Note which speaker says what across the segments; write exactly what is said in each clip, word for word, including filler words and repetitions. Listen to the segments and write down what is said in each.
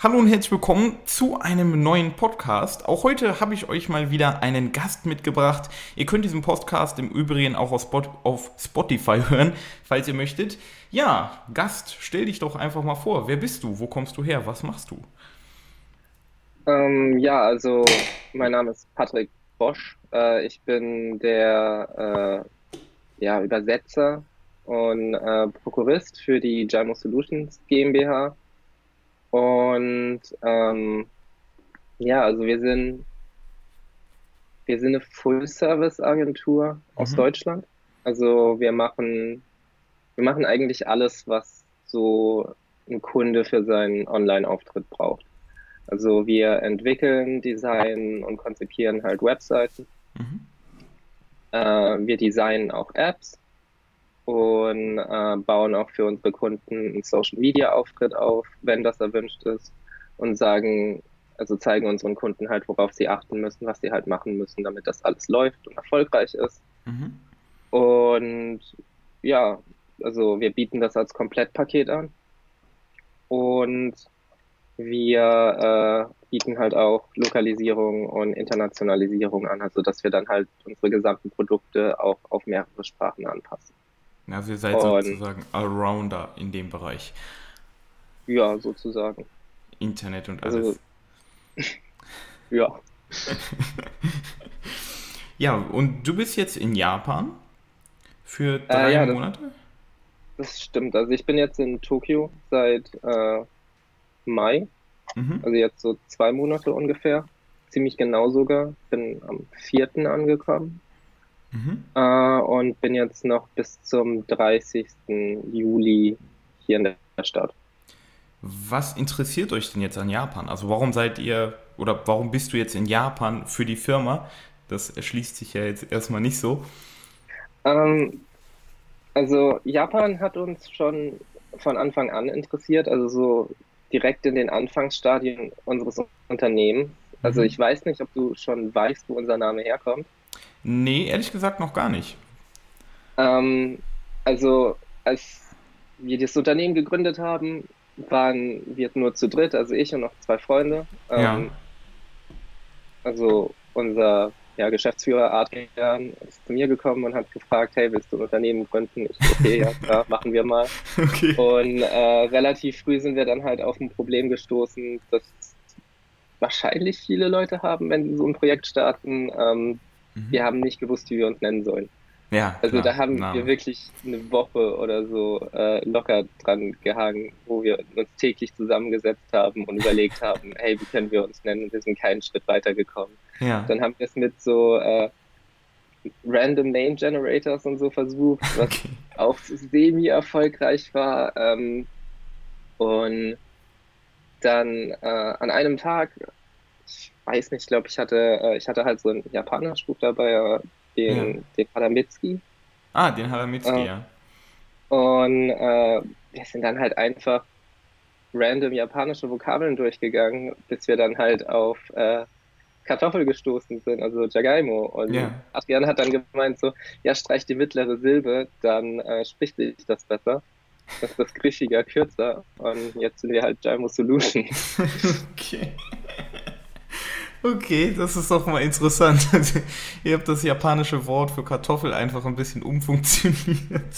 Speaker 1: Hallo und herzlich willkommen zu einem neuen Podcast. Auch heute habe ich euch mal wieder einen Gast mitgebracht. Ihr könnt diesen Podcast im Übrigen auch auf, Spot- auf Spotify hören, falls ihr möchtet. Ja, Gast, stell dich doch einfach mal vor. Wer bist du? Wo kommst du her? Was machst du?
Speaker 2: Ähm, ja, also mein Name ist Patrick Bosch. Äh, ich bin der äh, ja, Übersetzer und äh, Prokurist für die Jimo Solutions GmbH. Und ähm, ja, also wir sind, wir sind eine Full-Service-Agentur aus
Speaker 1: Mhm.
Speaker 2: Deutschland. Also wir machen, wir machen eigentlich alles, was so ein Kunde für seinen Online-Auftritt braucht. Also wir entwickeln, designen und konzipieren halt Webseiten.
Speaker 1: Mhm.
Speaker 2: Äh, wir designen auch Apps und äh, bauen auch für unsere Kunden einen Social Media Auftritt auf, wenn das erwünscht ist, und sagen, also zeigen unseren Kunden halt, worauf sie achten müssen, was sie halt machen müssen, damit das alles läuft und erfolgreich ist.
Speaker 1: Mhm.
Speaker 2: Und ja, also wir bieten das als Komplettpaket an und wir äh, bieten halt auch Lokalisierung und Internationalisierung an, also dass wir dann halt unsere gesamten Produkte auch auf mehrere Sprachen anpassen.
Speaker 1: Also ihr seid
Speaker 2: Und
Speaker 1: sozusagen Allrounder in dem Bereich.
Speaker 2: ja, sozusagen.
Speaker 1: Internet und
Speaker 2: Also
Speaker 1: alles.
Speaker 2: ja,
Speaker 1: Ja, und du bist jetzt in Japan für
Speaker 2: äh,
Speaker 1: drei
Speaker 2: ja, das,
Speaker 1: Monate?
Speaker 2: das stimmt. Also ich bin jetzt in Tokio seit äh, Mai,
Speaker 1: Mhm.
Speaker 2: also jetzt so zwei Monate ungefähr. Ziemlich genau sogar. Bin am vierten angekommen
Speaker 1: Mhm.
Speaker 2: äh, und bin jetzt noch bis zum dreißigsten Juli hier in der Stadt.
Speaker 1: Was interessiert euch denn jetzt an Japan? Also warum seid ihr oder warum bist du jetzt in Japan für die Firma? Das erschließt sich ja jetzt erstmal nicht so.
Speaker 2: Ähm, also Japan hat uns schon von Anfang an interessiert, also so direkt in den Anfangsstadien unseres Unternehmens. Also
Speaker 1: Mhm.
Speaker 2: ich weiß nicht, ob du schon weißt, wo unser Name herkommt.
Speaker 1: Nee, ehrlich gesagt noch gar nicht.
Speaker 2: Ähm, also als wir das Unternehmen gegründet haben, waren wir nur zu dritt, also ich und noch zwei Freunde.
Speaker 1: Ja,
Speaker 2: Ähm, also unser ja, Geschäftsführer Adrian ist zu mir gekommen und hat gefragt, hey, willst du ein Unternehmen gründen? Ich, okay, ja, klar, machen wir mal.
Speaker 1: okay.
Speaker 2: Und äh, relativ früh sind wir dann halt auf ein Problem gestoßen, das wahrscheinlich viele Leute haben, wenn sie so ein Projekt starten. Ähm, wir haben nicht gewusst, wie wir uns nennen sollen.
Speaker 1: Ja,
Speaker 2: Also
Speaker 1: klar,
Speaker 2: da haben wir
Speaker 1: Name.
Speaker 2: wirklich eine Woche oder so äh, locker dran gehangen, wo wir uns täglich zusammengesetzt haben und überlegt haben, hey, wie können wir uns nennen? Und wir sind keinen Schritt weitergekommen.
Speaker 1: Ja,
Speaker 2: Dann haben wir es mit so äh, Random Name Generators und so versucht, was
Speaker 1: okay.
Speaker 2: auch semi-erfolgreich war. Ähm, und dann äh, an einem Tag, ich weiß nicht, ich glaube, ich hatte, äh, ich hatte halt so ein Japanerspruch dabei, äh,
Speaker 1: Ja.
Speaker 2: den, den Haramitsuki.
Speaker 1: Ah, den Haramitsuki,
Speaker 2: Äh,
Speaker 1: ja.
Speaker 2: und äh, wir sind dann halt einfach random japanische Vokabeln durchgegangen, bis wir dann halt auf äh, Kartoffel gestoßen sind, also Jagaimo. Und
Speaker 1: Ja.
Speaker 2: Adrian hat dann gemeint so, ja, streich die mittlere Silbe, dann äh, spricht sich das besser. Das ist das griffiger, kürzer. Und jetzt sind wir halt Jimo Solutions.
Speaker 1: Okay. Okay, das ist doch mal interessant. Ihr habt das japanische Wort für Kartoffel einfach ein bisschen umfunktioniert.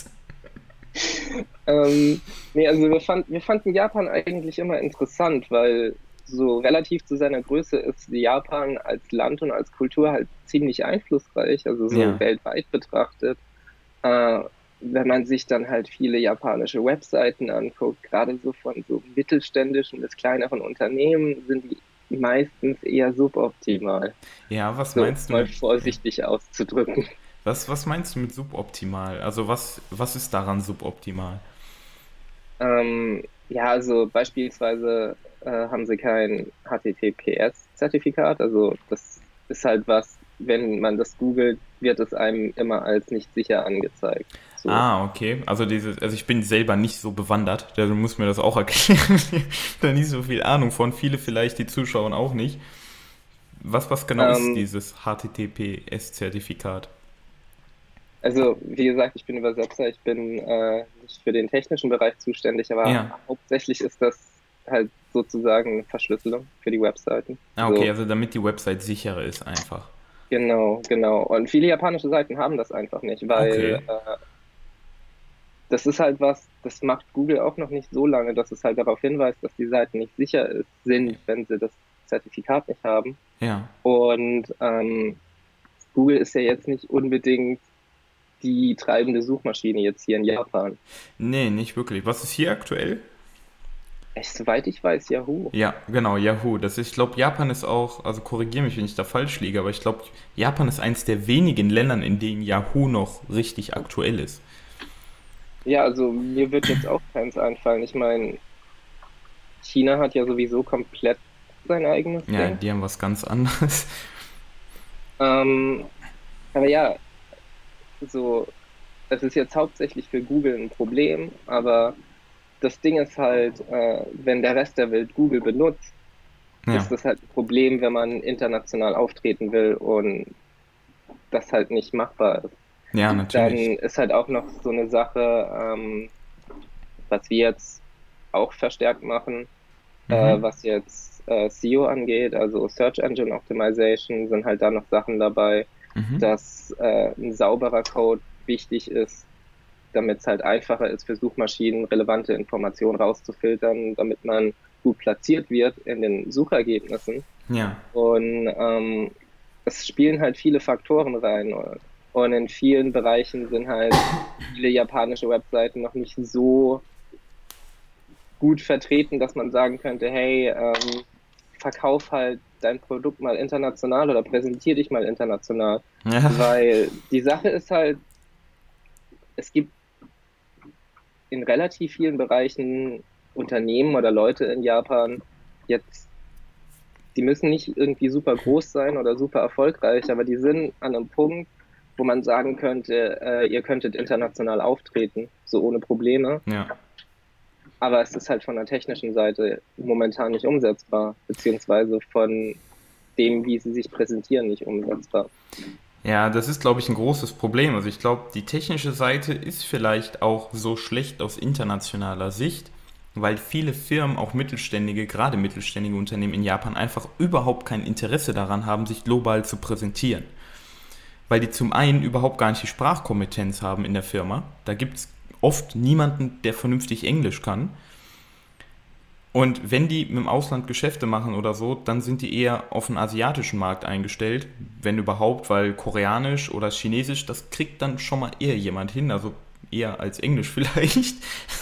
Speaker 2: Ähm, nee, also wir fand, wir fanden Japan eigentlich immer interessant, weil so relativ zu seiner Größe ist Japan als Land und als Kultur halt ziemlich einflussreich, also so
Speaker 1: Ja.
Speaker 2: weltweit betrachtet. Äh, wenn man sich dann halt viele japanische Webseiten anguckt, gerade so von so mittelständischen bis kleineren Unternehmen, sind die meistens eher suboptimal,
Speaker 1: Ja, was
Speaker 2: so um es
Speaker 1: meinst du
Speaker 2: mal
Speaker 1: mit. Ja.
Speaker 2: vorsichtig auszudrücken.
Speaker 1: Was, was meinst du mit suboptimal? Also was, was ist daran suboptimal?
Speaker 2: Ähm, ja, also beispielsweise äh, haben sie kein H T T P S-Zertifikat. Also das ist halt was, wenn man das googelt, wird es einem immer als nicht sicher angezeigt. So.
Speaker 1: Ah, okay. Also dieses, also ich bin selber nicht so bewandert, du musst mir das auch erklären. Ich hab da nicht so viel Ahnung von. Viele vielleicht, die Zuschauer auch nicht. Was, was genau ist
Speaker 2: Ähm,
Speaker 1: dieses H T T P S-Zertifikat?
Speaker 2: also wie gesagt, ich bin Übersetzer, ich bin äh, nicht für den technischen Bereich zuständig, aber
Speaker 1: Ja.
Speaker 2: hauptsächlich ist das halt sozusagen eine Verschlüsselung für die Webseiten.
Speaker 1: Ah, okay,
Speaker 2: So,
Speaker 1: also damit die Website sicherer ist einfach.
Speaker 2: genau, genau. Und viele japanische Seiten haben das einfach nicht, weil
Speaker 1: Okay.
Speaker 2: äh, das ist halt was, das macht Google auch noch nicht so lange, dass es halt darauf hinweist, dass die Seiten nicht sicher ist, sind, wenn sie das Zertifikat nicht haben.
Speaker 1: Ja.
Speaker 2: Und ähm, Google ist ja jetzt nicht unbedingt die treibende Suchmaschine jetzt hier in Japan.
Speaker 1: Nee, nicht wirklich. Was ist hier aktuell?
Speaker 2: Echt, soweit ich weiß, Yahoo.
Speaker 1: Ja, genau, Yahoo. Das ist, ich glaube, Japan ist auch, also korrigiere mich, wenn ich da falsch liege, aber ich glaube, Japan ist eins der wenigen Ländern, in denen Yahoo noch richtig aktuell ist.
Speaker 2: Ja, also mir wird jetzt auch keins einfallen. Ich meine, China hat ja sowieso komplett sein eigenes
Speaker 1: Ja,
Speaker 2: Ding.
Speaker 1: die haben was ganz anderes.
Speaker 2: Ähm, aber ja, so, es ist jetzt hauptsächlich für Google ein Problem, aber das Ding ist halt, äh, wenn der Rest der Welt Google benutzt,
Speaker 1: Ja,
Speaker 2: ist das halt ein Problem, wenn man international auftreten will und das halt nicht machbar ist.
Speaker 1: ja,
Speaker 2: Dann
Speaker 1: natürlich.
Speaker 2: ist halt auch noch so eine Sache, ähm, was wir jetzt auch verstärkt machen, äh,
Speaker 1: Mhm.
Speaker 2: was jetzt äh, S E O angeht, also Search Engine Optimization, sind halt da noch Sachen dabei,
Speaker 1: Mhm.
Speaker 2: dass äh, ein sauberer Code wichtig ist, damit es halt einfacher ist für Suchmaschinen, relevante Informationen rauszufiltern, damit man gut platziert wird in den Suchergebnissen.
Speaker 1: Ja.
Speaker 2: Und ähm, es spielen halt viele Faktoren rein. Und in vielen Bereichen sind halt viele japanische Webseiten noch nicht so gut vertreten, dass man sagen könnte, hey, ähm, verkauf halt dein Produkt mal international oder präsentier dich mal international.
Speaker 1: Ja.
Speaker 2: Weil die Sache ist halt, es gibt in relativ vielen Bereichen Unternehmen oder Leute in Japan jetzt, die müssen nicht irgendwie super groß sein oder super erfolgreich, aber die sind an einem Punkt, wo man sagen könnte, äh, ihr könntet international auftreten, so ohne Probleme.
Speaker 1: Ja.
Speaker 2: Aber es ist halt von der technischen Seite momentan nicht umsetzbar, beziehungsweise von dem, wie sie sich präsentieren, nicht umsetzbar.
Speaker 1: Ja, das ist, glaube ich, ein großes Problem. Also ich glaube, die technische Seite ist vielleicht auch so schlecht aus internationaler Sicht, weil viele Firmen, auch mittelständige, gerade mittelständige Unternehmen in Japan, einfach überhaupt kein Interesse daran haben, sich global zu präsentieren. Weil die zum einen überhaupt gar nicht die Sprachkompetenz haben in der Firma. Da gibt es oft niemanden, der vernünftig Englisch kann. Und wenn die mit dem Ausland Geschäfte machen oder so, dann sind die eher auf den asiatischen Markt eingestellt, wenn überhaupt, weil Koreanisch oder Chinesisch, das kriegt dann schon mal eher jemand hin, also eher als Englisch vielleicht.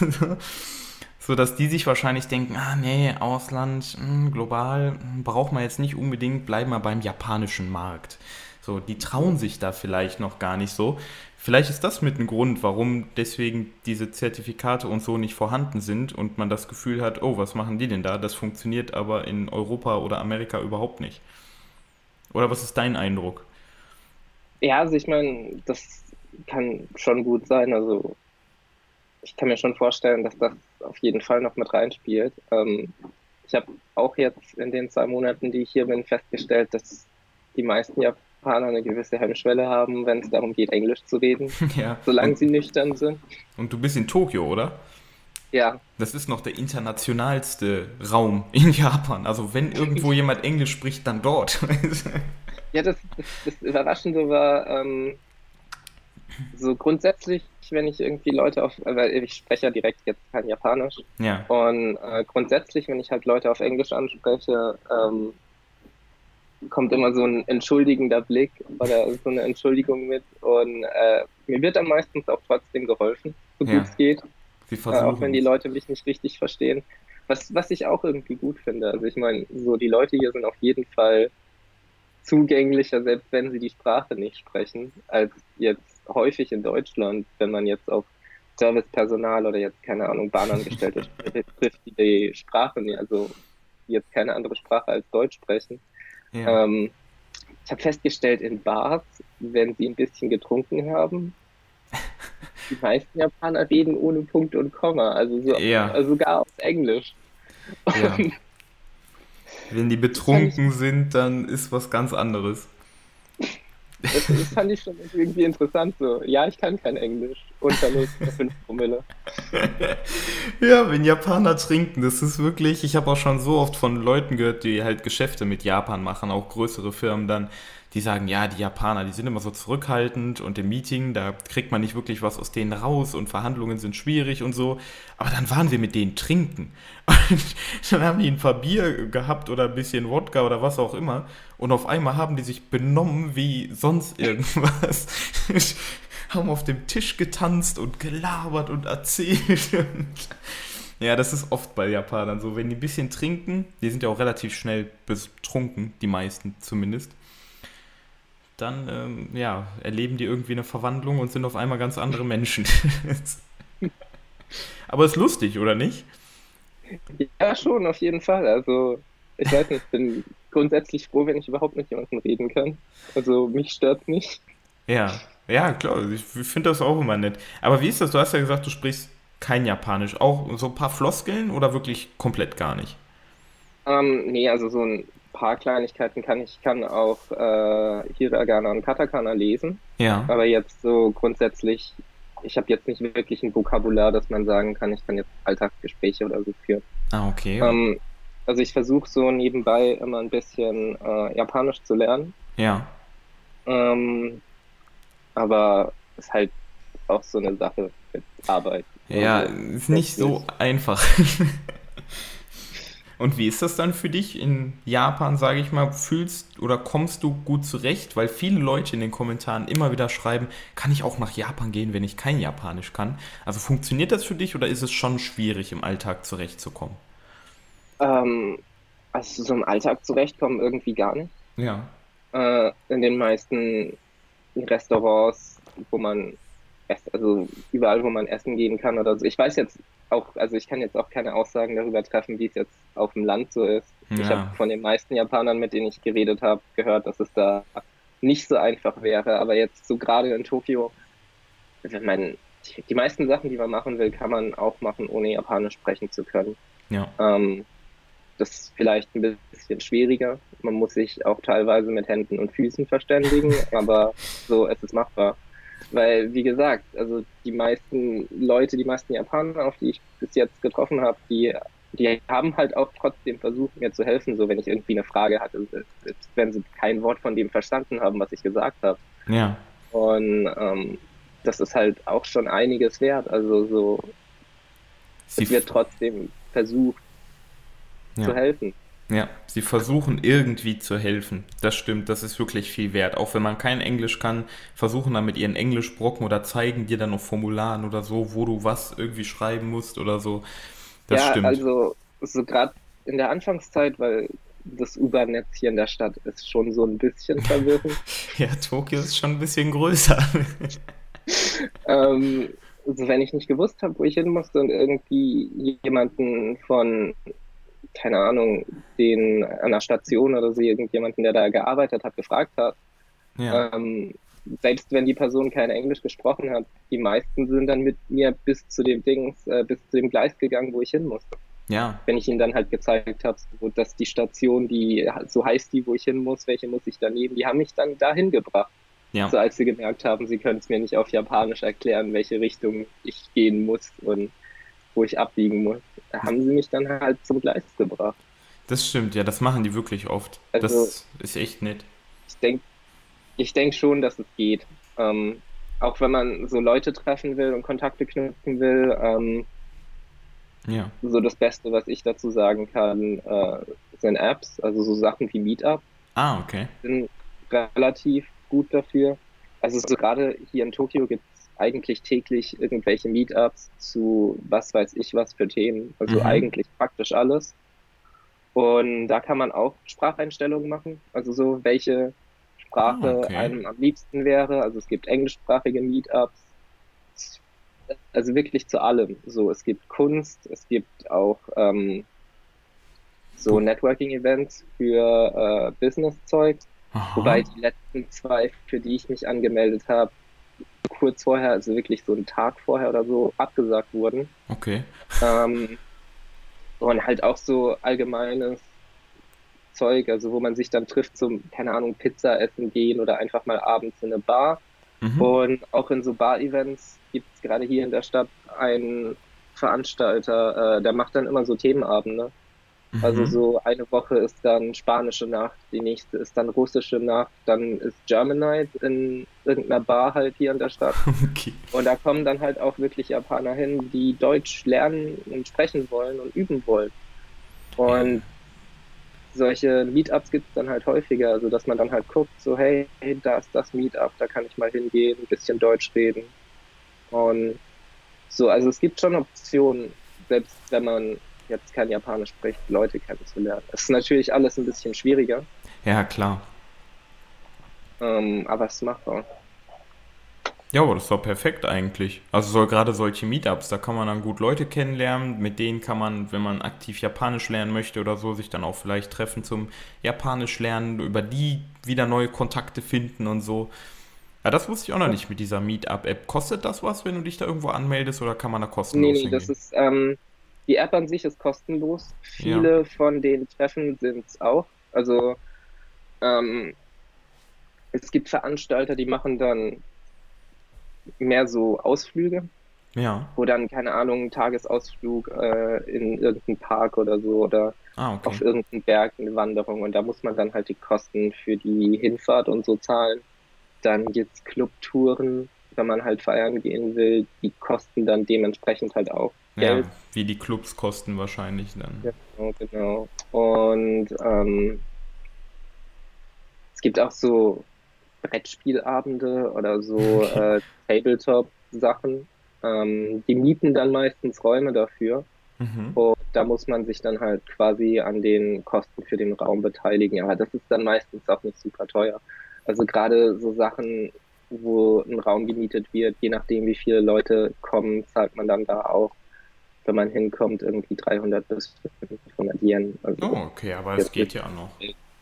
Speaker 1: So dass die sich wahrscheinlich denken, ah nee, Ausland, mh, global, mh, braucht man jetzt nicht unbedingt, bleiben wir beim japanischen Markt. So, die trauen sich da vielleicht noch gar nicht so. Vielleicht ist das mit ein Grund, warum deswegen diese Zertifikate und so nicht vorhanden sind und man das Gefühl hat, oh, was machen die denn da? Das funktioniert aber in Europa oder Amerika überhaupt nicht. Oder was ist dein Eindruck?
Speaker 2: Ja, also ich meine, das kann schon gut sein. Also ich kann mir schon vorstellen, dass das auf jeden Fall noch mit reinspielt. Ähm, ich habe auch jetzt in den zwei Monaten, die ich hier bin, festgestellt, dass die meisten Japaner eine gewisse Hemmschwelle haben, wenn es darum geht, Englisch zu reden,
Speaker 1: Ja,
Speaker 2: solange
Speaker 1: und,
Speaker 2: sie nüchtern sind.
Speaker 1: und du bist in Tokio, oder?
Speaker 2: Ja,
Speaker 1: Das ist noch der internationalste Raum in Japan. Also wenn irgendwo jemand Englisch spricht, dann dort.
Speaker 2: ja, das, das, das Überraschende war, ähm, so grundsätzlich, wenn ich irgendwie Leute auf, weil ich spreche ja direkt jetzt kein Japanisch,
Speaker 1: Ja,
Speaker 2: und äh, grundsätzlich, wenn ich halt Leute auf Englisch anspreche, ähm, kommt immer so ein entschuldigender Blick oder so eine Entschuldigung mit und äh, mir wird dann meistens auch trotzdem geholfen, so gut
Speaker 1: ja,
Speaker 2: es geht,
Speaker 1: sie
Speaker 2: äh, auch wenn
Speaker 1: versuchen
Speaker 2: die
Speaker 1: es.
Speaker 2: Leute mich nicht richtig verstehen. Was, was ich auch irgendwie gut finde. Also ich meine, so die Leute hier sind auf jeden Fall zugänglicher, selbst wenn sie die Sprache nicht sprechen, als jetzt häufig in Deutschland, wenn man jetzt auf Servicepersonal oder jetzt, keine Ahnung, Bahnangestellte trifft, die die Sprache, nicht- also jetzt keine andere Sprache als Deutsch sprechen.
Speaker 1: Ja,
Speaker 2: Ähm, ich habe festgestellt, in Bars, wenn sie ein bisschen getrunken haben, die meisten Japaner reden ohne Punkt und Komma, also, so,
Speaker 1: ja,
Speaker 2: also sogar auf Englisch.
Speaker 1: ja.
Speaker 2: Und
Speaker 1: Wenn die
Speaker 2: das fand ich,
Speaker 1: betrunken sind, dann ist was ganz anderes.
Speaker 2: Das, das fand ich schon irgendwie interessant so. Ja, ich kann kein Englisch. Unter null Komma fünf Promille.
Speaker 1: Ja, wenn Japaner trinken, das ist wirklich, ich habe auch schon so oft von Leuten gehört, die halt Geschäfte mit Japan machen, auch größere Firmen dann, die sagen, ja, die Japaner, die sind immer so zurückhaltend und im Meeting, da kriegt man nicht wirklich was aus denen raus und Verhandlungen sind schwierig und so. Aber dann waren wir mit denen trinken. Und dann haben die ein paar Bier gehabt oder ein bisschen Wodka oder was auch immer. Und auf einmal haben die sich benommen wie sonst irgendwas. Haben auf dem Tisch getanzt und gelabert und erzählt. Und ja, das ist oft bei Japanern so. Wenn die ein bisschen trinken, die sind ja auch relativ schnell betrunken, die meisten zumindest, dann ähm, ja, erleben die irgendwie eine Verwandlung und sind auf einmal ganz andere Menschen. Aber ist lustig, oder nicht?
Speaker 2: Ja, schon, auf jeden Fall. Also, ich weiß nicht, ich bin grundsätzlich froh, wenn ich überhaupt mit jemandem reden kann. Also, mich stört nicht.
Speaker 1: Ja, ja, klar. Ich finde das auch immer nett. Aber wie ist das? Du hast ja gesagt, du sprichst kein Japanisch. Auch so ein paar Floskeln oder wirklich komplett gar nicht?
Speaker 2: Ähm, nee, also so ein paar Kleinigkeiten kann ich. Ich kann auch äh, Hiragana und Katakana lesen.
Speaker 1: Ja.
Speaker 2: Aber jetzt so grundsätzlich, ich habe jetzt nicht wirklich ein Vokabular, dass man sagen kann, ich kann jetzt Alltagsgespräche oder so führen.
Speaker 1: Ah, okay.
Speaker 2: Ähm, also ich versuche so nebenbei immer ein bisschen äh, Japanisch zu lernen.
Speaker 1: Ja.
Speaker 2: Ähm, aber ist halt auch so eine Sache mit Arbeit.
Speaker 1: Ja,
Speaker 2: Also
Speaker 1: ist nicht
Speaker 2: letztlich,
Speaker 1: so einfach. Und wie ist das dann für dich in Japan, sage ich mal? Fühlst oder kommst du gut zurecht? Weil viele Leute in den Kommentaren immer wieder schreiben, kann ich auch nach Japan gehen, wenn ich kein Japanisch kann? Also funktioniert das für dich oder ist es schon schwierig, im Alltag zurechtzukommen?
Speaker 2: ähm, also so im Alltag zurechtkommen irgendwie gar nicht.
Speaker 1: Ja.
Speaker 2: Äh, in den meisten Restaurants, wo man ess- also überall, wo man essen gehen kann oder so. Ich weiß jetzt auch, also ich kann jetzt auch keine Aussagen darüber treffen, wie es jetzt auf dem Land so ist. Ich habe
Speaker 1: Ja.
Speaker 2: von den meisten Japanern, mit denen ich geredet habe, gehört, dass es da nicht so einfach wäre. Aber jetzt so gerade in Tokio, wenn man die die meisten Sachen, die man machen will, kann man auch machen, ohne Japanisch sprechen zu können.
Speaker 1: Ja.
Speaker 2: Ähm, Das ist vielleicht ein bisschen schwieriger. Man muss sich auch teilweise mit Händen und Füßen verständigen, aber so es ist machbar. Weil, wie gesagt, also die meisten Leute, die meisten Japaner, auf die ich bis jetzt getroffen habe, die, die haben halt auch trotzdem versucht, mir zu helfen, so wenn ich irgendwie eine Frage hatte, selbst wenn sie kein Wort von dem verstanden haben, was ich gesagt habe.
Speaker 1: Ja.
Speaker 2: Und ähm, das ist halt auch schon einiges wert. Also so,
Speaker 1: Sie,
Speaker 2: es wird trotzdem versucht zu
Speaker 1: ja.
Speaker 2: helfen.
Speaker 1: Ja, sie versuchen irgendwie zu helfen. Das stimmt, das ist wirklich viel wert. Auch wenn man kein Englisch kann, versuchen dann mit ihren Englischbrocken oder zeigen dir dann auf Formularen oder so, wo du was irgendwie schreiben musst oder so. Das
Speaker 2: Ja,
Speaker 1: stimmt.
Speaker 2: also so gerade in der Anfangszeit, weil das U-Bahn-Netz hier in der Stadt ist schon so ein bisschen verwirrend.
Speaker 1: Ja, Tokio ist schon ein bisschen größer.
Speaker 2: Ähm, also wenn ich nicht gewusst habe, wo ich hin musste und irgendwie jemanden von, keine Ahnung, den an der Station oder so, irgendjemanden, der da gearbeitet hat, gefragt hat,
Speaker 1: Ja,
Speaker 2: ähm, selbst wenn die Person kein Englisch gesprochen hat, die meisten sind dann mit mir bis zu dem Dings, äh, bis zu dem Gleis gegangen, wo ich hin musste.
Speaker 1: ja,
Speaker 2: Wenn ich ihnen dann halt gezeigt habe, so, dass die Station, die so heißt die, wo ich hin muss, welche muss ich da nehmen, die haben mich dann dahin gebracht.
Speaker 1: ja.
Speaker 2: So als sie gemerkt haben, sie können es mir nicht auf Japanisch erklären, welche Richtung ich gehen muss und wo ich abbiegen muss, da haben sie mich dann halt zum Gleis gebracht.
Speaker 1: Das stimmt, ja, das machen die wirklich oft.
Speaker 2: Also
Speaker 1: Das ist echt nett.
Speaker 2: ich denke ich denk schon, dass es geht. Ähm, auch wenn man so Leute treffen will und Kontakte knüpfen will, ähm,
Speaker 1: Ja.
Speaker 2: so das Beste, was ich dazu sagen kann, äh, sind Apps, also so Sachen wie Meetup
Speaker 1: Ah, okay.
Speaker 2: sind relativ gut dafür. Also so gerade hier in Tokio gibt es eigentlich täglich irgendwelche Meetups zu was weiß ich was für Themen. Also
Speaker 1: Mhm.
Speaker 2: eigentlich praktisch alles. Und da kann man auch Spracheinstellungen machen. Also so welche
Speaker 1: Ah,
Speaker 2: Sprache
Speaker 1: okay.
Speaker 2: einem am liebsten wäre. Also es gibt englischsprachige Meetups. Also wirklich zu allem. So, es gibt Kunst, es gibt auch ähm, so
Speaker 1: Wo,
Speaker 2: Networking-Events für äh, Business-Zeug. Wobei
Speaker 1: aha.
Speaker 2: die letzten zwei, für die ich mich angemeldet habe, kurz vorher, also wirklich so einen Tag vorher oder so, abgesagt wurden.
Speaker 1: Okay.
Speaker 2: Ähm, und halt auch so allgemeines Zeug, also wo man sich dann trifft zum, keine Ahnung, Pizza essen gehen oder einfach mal abends in eine Bar.
Speaker 1: Mhm.
Speaker 2: Und auch in so Bar-Events gibt es gerade hier in der Stadt einen Veranstalter, äh, der macht dann immer so Themenabende. Also
Speaker 1: Mhm.
Speaker 2: so eine Woche ist dann spanische Nacht, die nächste ist dann russische Nacht, dann ist German Night in irgendeiner Bar halt hier in der Stadt.
Speaker 1: Okay.
Speaker 2: Und da kommen dann halt auch wirklich Japaner hin, die Deutsch lernen und sprechen wollen und üben wollen.
Speaker 1: Ja.
Speaker 2: Und solche Meetups gibt es dann halt häufiger, also dass man dann halt guckt, so hey, hey, da ist das Meetup, da kann ich mal hingehen, ein bisschen Deutsch reden. Und so, also es gibt schon Optionen, selbst wenn man jetzt kein Japanisch spricht, Leute kennenzulernen. Es ist natürlich alles ein bisschen schwieriger,
Speaker 1: Ja, klar.
Speaker 2: ähm, aber es ist machbar.
Speaker 1: Ja, aber das ist doch perfekt eigentlich. Also so gerade solche Meetups, da kann man dann gut Leute kennenlernen, mit denen kann man, wenn man aktiv Japanisch lernen möchte oder so, sich dann auch vielleicht treffen zum Japanisch lernen, über die wieder neue Kontakte finden und so. Ja, das wusste ich auch noch
Speaker 2: Ja.
Speaker 1: nicht mit dieser Meetup-App. Kostet das was, wenn du dich da irgendwo anmeldest oder kann man da
Speaker 2: Nee,
Speaker 1: kostenlos
Speaker 2: nee, das
Speaker 1: hingehen?
Speaker 2: ist, ähm, die App an sich ist kostenlos.
Speaker 1: Ja.
Speaker 2: Viele von den Treffen sind es auch. Also ähm, es gibt Veranstalter, die machen dann mehr so Ausflüge,
Speaker 1: Ja.
Speaker 2: wo dann, keine Ahnung, ein Tagesausflug äh, in irgendeinen Park oder so oder
Speaker 1: Ah,
Speaker 2: auf
Speaker 1: okay.
Speaker 2: irgendeinen Berg eine Wanderung und da muss man dann halt die Kosten für die Hinfahrt und so zahlen. Dann gibt's Clubtouren, wenn man halt feiern gehen will, die kosten dann dementsprechend halt auch
Speaker 1: Ja,
Speaker 2: Geld.
Speaker 1: wie die Clubs kosten wahrscheinlich dann.
Speaker 2: Genau, genau. Und ähm, es gibt auch so Brettspielabende oder so
Speaker 1: Okay.
Speaker 2: äh, Tabletop-Sachen. Ähm, die mieten dann meistens Räume dafür.
Speaker 1: Mhm.
Speaker 2: Und da muss man sich dann halt quasi an den Kosten für den Raum beteiligen. Aber das ist dann meistens auch nicht super teuer. Also gerade so Sachen, wo ein Raum gemietet wird, je nachdem wie viele Leute kommen, zahlt man dann da auch, wenn man hinkommt, irgendwie dreihundert bis fünfhundert Yen. Also
Speaker 1: Oh, okay, aber es
Speaker 2: jetzt
Speaker 1: geht
Speaker 2: nicht.
Speaker 1: ja noch.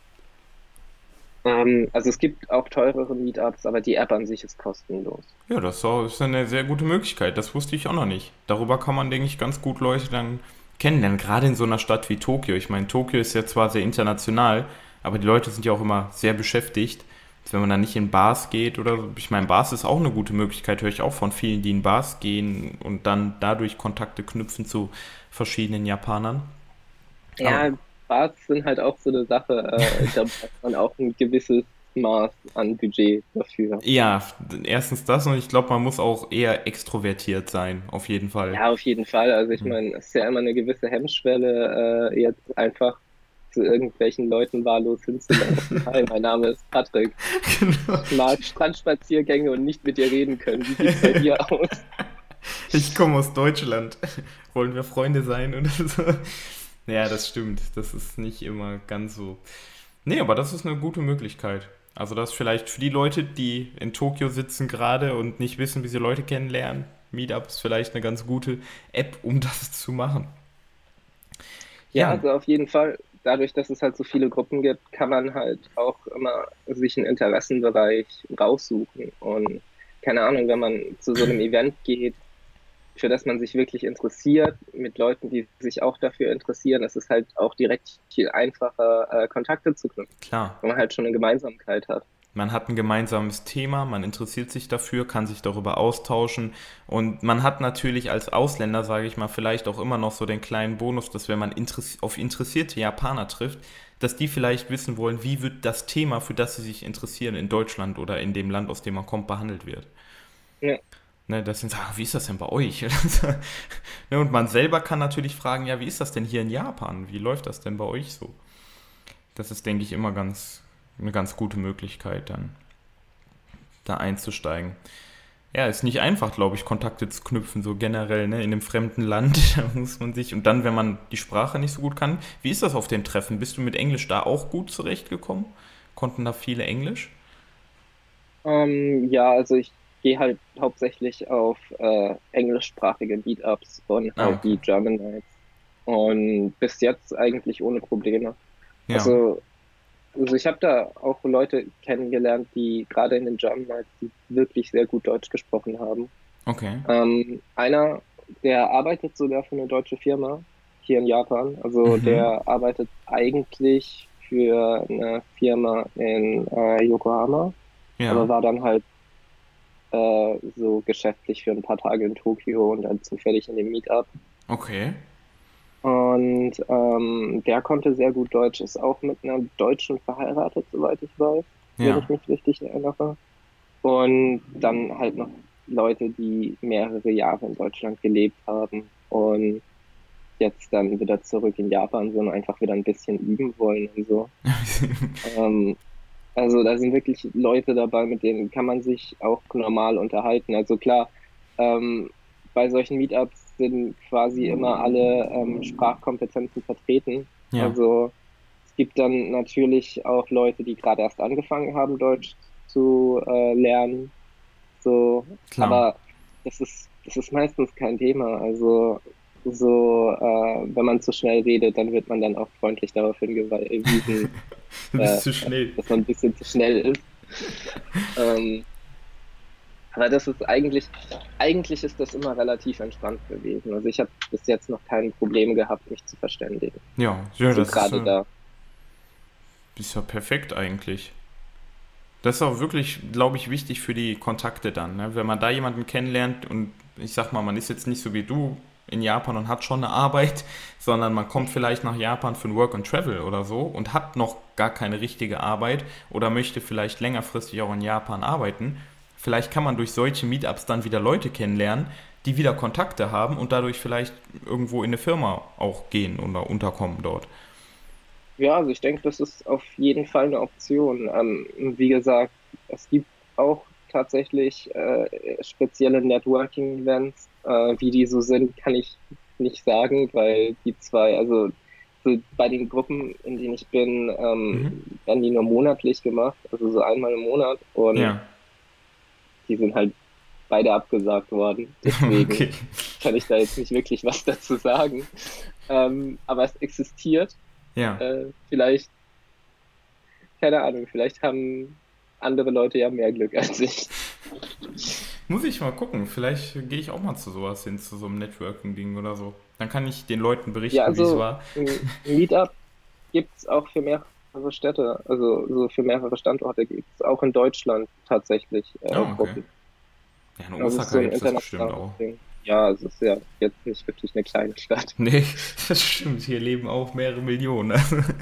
Speaker 2: Ähm, also es gibt auch teurere Meetups, aber die App an sich ist kostenlos.
Speaker 1: Ja, das ist auch- ist eine sehr gute Möglichkeit. Das wusste ich auch noch nicht. Darüber kann man, denke ich, ganz gut Leute dann kennenlernen. Gerade in so einer Stadt wie Tokio. Ich meine, Tokio ist ja zwar sehr international, aber die Leute sind ja auch immer sehr beschäftigt. Wenn man dann nicht in Bars geht oder so. Ich meine, Bars ist auch eine gute Möglichkeit, höre ich auch von vielen, die in Bars gehen und dann dadurch Kontakte knüpfen zu verschiedenen Japanern. Aber
Speaker 2: Ja, Bars sind halt auch so eine Sache, äh, da braucht man auch ein gewisses Maß an Budget dafür.
Speaker 1: ja, erstens das und ich glaube, man muss auch eher extrovertiert sein, auf jeden Fall.
Speaker 2: Ja, auf jeden Fall. Also ich meine, es ist ja immer eine gewisse Hemmschwelle, äh, jetzt einfach zu irgendwelchen Leuten wahllos hinzulaufen. Hi, mein Name ist Patrick.
Speaker 1: Genau.
Speaker 2: Ich mag Strandspaziergänge und nicht mit dir reden können. Wie sieht's bei dir aus?
Speaker 1: Ich komme aus Deutschland. Wollen wir Freunde sein oder so? Ja, das stimmt. Das ist nicht immer ganz so. Nee, aber das ist eine gute Möglichkeit. Also das vielleicht für die Leute, die in Tokio sitzen gerade und nicht wissen, wie sie Leute kennenlernen. Meetup ist vielleicht eine ganz gute App, um das zu machen.
Speaker 2: Ja,
Speaker 1: Ja,
Speaker 2: also auf jeden Fall. Dadurch, dass es halt so viele Gruppen gibt, kann man halt auch immer sich einen Interessenbereich raussuchen. Und keine Ahnung, wenn man zu so einem Event geht, für das man sich wirklich interessiert, mit Leuten, die sich auch dafür interessieren, ist es halt auch direkt viel einfacher, äh, Kontakte zu knüpfen,
Speaker 1: klar.
Speaker 2: wenn man halt schon eine Gemeinsamkeit hat.
Speaker 1: Man hat ein gemeinsames Thema, man interessiert sich dafür, kann sich darüber austauschen und man hat natürlich als Ausländer, sage ich mal, vielleicht auch immer noch so den kleinen Bonus, dass wenn man interess- auf interessierte Japaner trifft, dass die vielleicht wissen wollen, wie wird das Thema, für das sie sich interessieren, in Deutschland oder in dem Land, aus dem man kommt, behandelt wird.
Speaker 2: Ja,
Speaker 1: Ne, dass sie sagen, ah, wie ist das denn bei euch? Ne, und man selber kann natürlich fragen, ja, wie ist das denn hier in Japan? Wie läuft das denn bei euch so? Das ist, denke ich, immer ganz, eine ganz gute Möglichkeit, dann da einzusteigen. Ja, ist nicht einfach, glaube ich, Kontakte zu knüpfen, so generell, ne, in einem fremden Land. Da muss man sich, und dann, wenn man die Sprache nicht so gut kann, wie ist das auf den Treffen? Bist du mit Englisch da auch gut zurechtgekommen? Konnten da viele Englisch?
Speaker 2: ähm, ja, also ich gehe halt hauptsächlich auf äh, englischsprachige Meetups und
Speaker 1: Ah,
Speaker 2: halt
Speaker 1: okay.
Speaker 2: die German Nights. Und bis jetzt eigentlich ohne Probleme.
Speaker 1: Ja,
Speaker 2: Also Also ich habe da auch Leute kennengelernt, die gerade in den German Nights, die wirklich sehr gut Deutsch gesprochen haben.
Speaker 1: okay.
Speaker 2: Ähm, einer, der arbeitet sogar für eine deutsche Firma hier in Japan. Also
Speaker 1: Mhm.
Speaker 2: der arbeitet eigentlich für eine Firma in äh, Yokohama, aber
Speaker 1: Ja,
Speaker 2: war dann halt äh, so geschäftlich für ein paar Tage in Tokio und dann zufällig in dem Meetup.
Speaker 1: okay.
Speaker 2: Und ähm, der konnte sehr gut Deutsch, ist auch mit einer Deutschen verheiratet, soweit ich weiß, wenn ich
Speaker 1: Ja.
Speaker 2: mich richtig erinnere. Und dann halt noch Leute, die mehrere Jahre in Deutschland gelebt haben und jetzt dann wieder zurück in Japan sind und einfach wieder ein bisschen üben wollen und so. Ähm, also da sind wirklich Leute dabei, mit denen kann man sich auch normal unterhalten. Also klar, ähm, bei solchen Meetups sind quasi immer alle ähm, Sprachkompetenzen vertreten.
Speaker 1: Ja,
Speaker 2: Also es gibt dann natürlich auch Leute, die gerade erst angefangen haben, Deutsch zu äh, lernen. So,
Speaker 1: klar.
Speaker 2: aber das ist, das ist meistens kein Thema. Also so, äh, wenn man zu schnell redet, dann wird man dann auch freundlich darauf hingewiesen,
Speaker 1: Du bist
Speaker 2: äh,
Speaker 1: zu schnell.
Speaker 2: dass man ein bisschen zu schnell ist. Ähm, aber das ist eigentlich, eigentlich ist das immer relativ entspannt gewesen. Also ich habe bis jetzt noch keine Probleme gehabt, mich zu verständigen.
Speaker 1: Ja, ja,
Speaker 2: So
Speaker 1: das ist,
Speaker 2: gerade
Speaker 1: äh,
Speaker 2: da.
Speaker 1: ist ja perfekt eigentlich. Das ist auch wirklich, glaube ich, wichtig für die Kontakte dann. Ne? Wenn man da jemanden kennenlernt und ich sag mal, man ist jetzt nicht so wie du in Japan und hat schon eine Arbeit, sondern man kommt vielleicht nach Japan für ein Work and Travel oder so und hat noch gar keine richtige Arbeit oder möchte vielleicht längerfristig auch in Japan arbeiten. Vielleicht kann man durch solche Meetups dann wieder Leute kennenlernen, die wieder Kontakte haben und dadurch vielleicht irgendwo in eine Firma auch gehen oder unterkommen dort.
Speaker 2: Ja, also ich denke, das ist auf jeden Fall eine Option. Ähm, wie gesagt, es gibt auch tatsächlich äh, spezielle Networking-Events. Äh, wie die so sind, kann ich nicht sagen, weil die zwei, also so bei den Gruppen, in denen ich bin, ähm,
Speaker 1: Mhm.
Speaker 2: werden die nur monatlich gemacht, also so einmal im Monat. Und
Speaker 1: Ja,
Speaker 2: die sind halt beide abgesagt worden. Deswegen
Speaker 1: okay.
Speaker 2: kann ich da jetzt nicht wirklich was dazu sagen. Ähm, aber es existiert.
Speaker 1: Ja.
Speaker 2: Äh, vielleicht keine Ahnung, vielleicht haben andere Leute ja mehr Glück als ich.
Speaker 1: Muss ich mal gucken. Vielleicht gehe ich auch mal zu sowas hin, zu so einem Networking-Ding oder so. Dann kann ich den Leuten
Speaker 2: Ja,
Speaker 1: berichten, wie es
Speaker 2: also
Speaker 1: war.
Speaker 2: ein Meetup gibt's auch für mehrere Städte, also so für mehrere Standorte gibt's auch in Deutschland tatsächlich äh,
Speaker 1: Oh, okay.
Speaker 2: Gruppen.
Speaker 1: Ja, in
Speaker 2: Also es ist
Speaker 1: Osaka
Speaker 2: so ein
Speaker 1: gibt es das bestimmt
Speaker 2: internationales
Speaker 1: auch.
Speaker 2: Ding. Ja, es ist ja jetzt nicht wirklich eine kleine Stadt.
Speaker 1: Nee, das stimmt. Hier leben auch mehrere Millionen.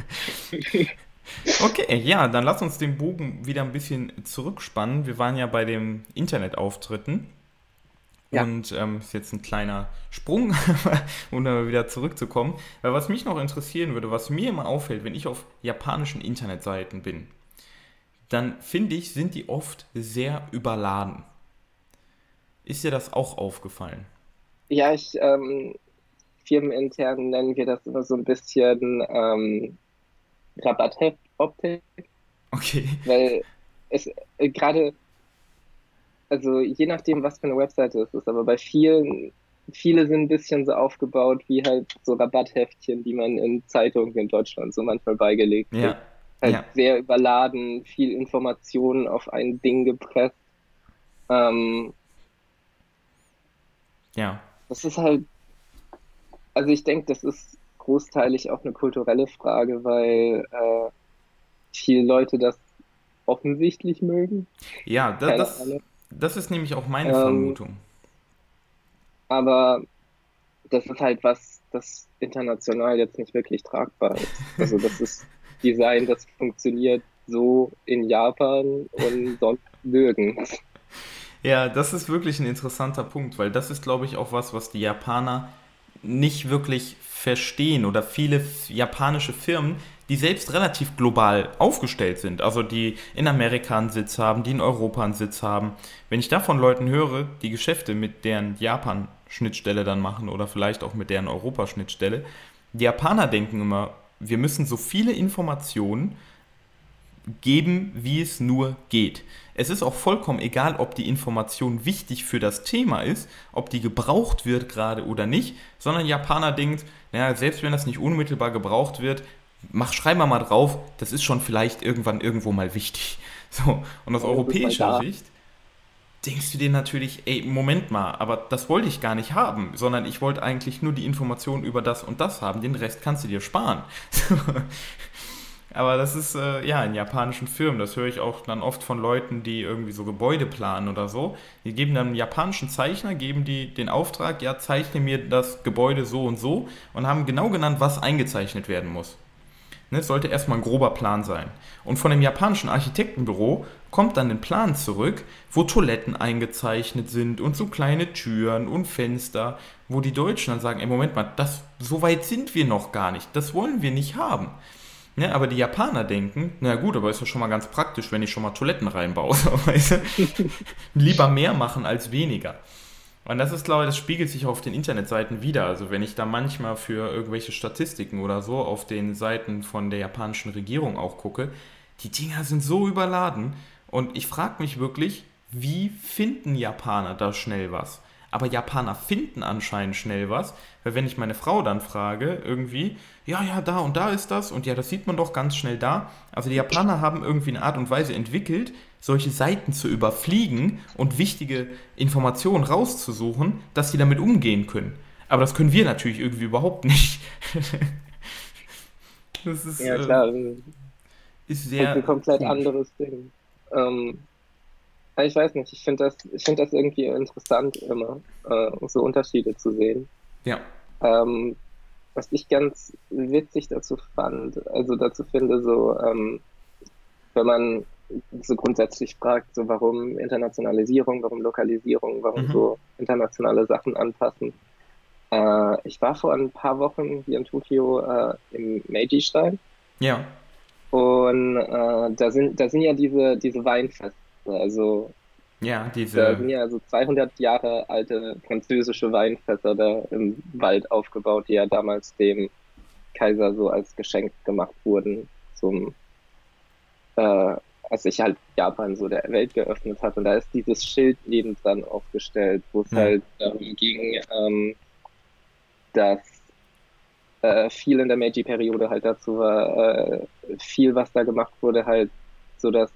Speaker 1: Okay, ja, dann lass uns den Bogen wieder ein bisschen zurückspannen. Wir waren ja bei den Internetauftritten
Speaker 2: Ja,
Speaker 1: und ähm, ist jetzt ein kleiner Sprung, um dann wieder zurückzukommen. Weil was mich noch interessieren würde, was mir immer auffällt, wenn ich auf japanischen Internetseiten bin, dann finde ich, sind die oft sehr überladen. Ist dir das auch aufgefallen?
Speaker 2: ja, ich ähm, firmenintern nennen wir das immer so ein bisschen ähm, Rabattheft-Optik,
Speaker 1: Okay.
Speaker 2: weil es äh, gerade also je nachdem, was für eine Webseite es ist, aber bei vielen, viele sind ein bisschen so aufgebaut wie halt so Rabattheftchen, die man in Zeitungen in Deutschland so manchmal beigelegt kriegt.
Speaker 1: Ja,
Speaker 2: Halt
Speaker 1: ja,
Speaker 2: sehr überladen, viel Informationen auf ein Ding gepresst. Ähm,
Speaker 1: ja.
Speaker 2: das ist halt, also ich denke, das ist großteilig auch eine kulturelle Frage, weil äh, viele Leute das offensichtlich mögen.
Speaker 1: Ja, da,
Speaker 2: Keine
Speaker 1: das,
Speaker 2: Ahnung.
Speaker 1: das ist nämlich auch meine
Speaker 2: Ähm,
Speaker 1: Vermutung.
Speaker 2: aber das ist halt was, das international jetzt nicht wirklich tragbar ist. Also das ist Design, das funktioniert so in Japan und sonst nirgends.
Speaker 1: Ja, das ist wirklich ein interessanter Punkt, weil das ist, glaube ich, auch was, was die Japaner nicht wirklich verstehen oder viele f- japanische Firmen, die selbst relativ global aufgestellt sind, also die in Amerika einen Sitz haben, die in Europa einen Sitz haben. Wenn ich davon Leuten höre, die Geschäfte mit deren Japan-Schnittstelle dann machen oder vielleicht auch mit deren Europa-Schnittstelle, die Japaner denken immer, wir müssen so viele Informationen geben, wie es nur geht. Es ist auch vollkommen egal, ob die Information wichtig für das Thema ist, ob die gebraucht wird gerade oder nicht, sondern Japaner denkt, naja, selbst wenn das nicht unmittelbar gebraucht wird, mach, schreib mal mal drauf, das ist schon vielleicht irgendwann irgendwo mal wichtig. So, und aus
Speaker 2: Und das ist halt
Speaker 1: europäischer
Speaker 2: da.
Speaker 1: Sicht denkst du dir natürlich, ey, Moment mal, aber das wollte ich gar nicht haben, sondern ich wollte eigentlich nur die Information über das und das haben, den Rest kannst du dir sparen. Aber das ist äh, ja in japanischen Firmen, das höre ich auch dann oft von Leuten, die irgendwie so Gebäude planen oder so. Die geben dann einem japanischen Zeichner, geben die den Auftrag, ja, zeichne mir das Gebäude so und so und haben genau genannt, was eingezeichnet werden muss. Ne, es sollte erstmal ein grober Plan sein. Und von dem japanischen Architektenbüro kommt dann ein Plan zurück, wo Toiletten eingezeichnet sind und so kleine Türen und Fenster, wo die Deutschen dann sagen, ey, Moment mal, das, so weit sind wir noch gar nicht, das wollen wir nicht haben. Ne, aber die Japaner denken, na gut, aber ist ja schon mal ganz praktisch, wenn ich schon mal Toiletten reinbaue. So, weißt du? Lieber mehr machen als weniger. Und das ist, glaube ich, das spiegelt sich auf den Internetseiten wieder. Also wenn ich da manchmal für irgendwelche Statistiken oder so auf den Seiten von der japanischen Regierung auch gucke, die Dinger sind so überladen. Und ich frage mich wirklich, wie finden Japaner da schnell was? Aber Japaner finden anscheinend schnell was, weil wenn ich meine Frau dann frage, irgendwie, ja, ja, da und da ist das und ja, das sieht man doch ganz schnell da. Also die Japaner haben irgendwie eine Art und Weise entwickelt, solche Seiten zu überfliegen und wichtige Informationen rauszusuchen, dass sie damit umgehen können. Aber das können wir natürlich irgendwie überhaupt nicht. Das ist,
Speaker 2: Ja,
Speaker 1: äh,
Speaker 2: klar, das ist
Speaker 1: ist
Speaker 2: halt ein
Speaker 1: sehr
Speaker 2: komplett
Speaker 1: komisch.
Speaker 2: anderes Ding. Ähm, ja, ich weiß nicht, ich finde das, ich finde das irgendwie interessant immer, äh, so Unterschiede zu sehen.
Speaker 1: Ja.
Speaker 2: Ähm, Was ich ganz witzig dazu fand, also dazu finde, so, ähm, wenn man so grundsätzlich fragt, so warum Internationalisierung, warum Lokalisierung, warum
Speaker 1: Mhm.
Speaker 2: so internationale Sachen anpassen. Äh, ich war vor ein paar Wochen hier in Tokio äh, im Meiji-Stein
Speaker 1: Ja.
Speaker 2: und äh, da sind, da sind ja diese, diese Weinfeste, also
Speaker 1: Ja,
Speaker 2: da
Speaker 1: diese.
Speaker 2: sind ja so zweihundert Jahre alte französische Weinfässer da im Wald aufgebaut, die ja damals dem Kaiser so als Geschenk gemacht wurden, zum, äh, als sich halt Japan so der Welt geöffnet hat. Und da ist dieses Schild nebendran aufgestellt, wo es
Speaker 1: Ja.
Speaker 2: halt darum ging, ähm, dass äh, viel in der Meiji-Periode halt dazu war, äh, viel, was da gemacht wurde, halt so das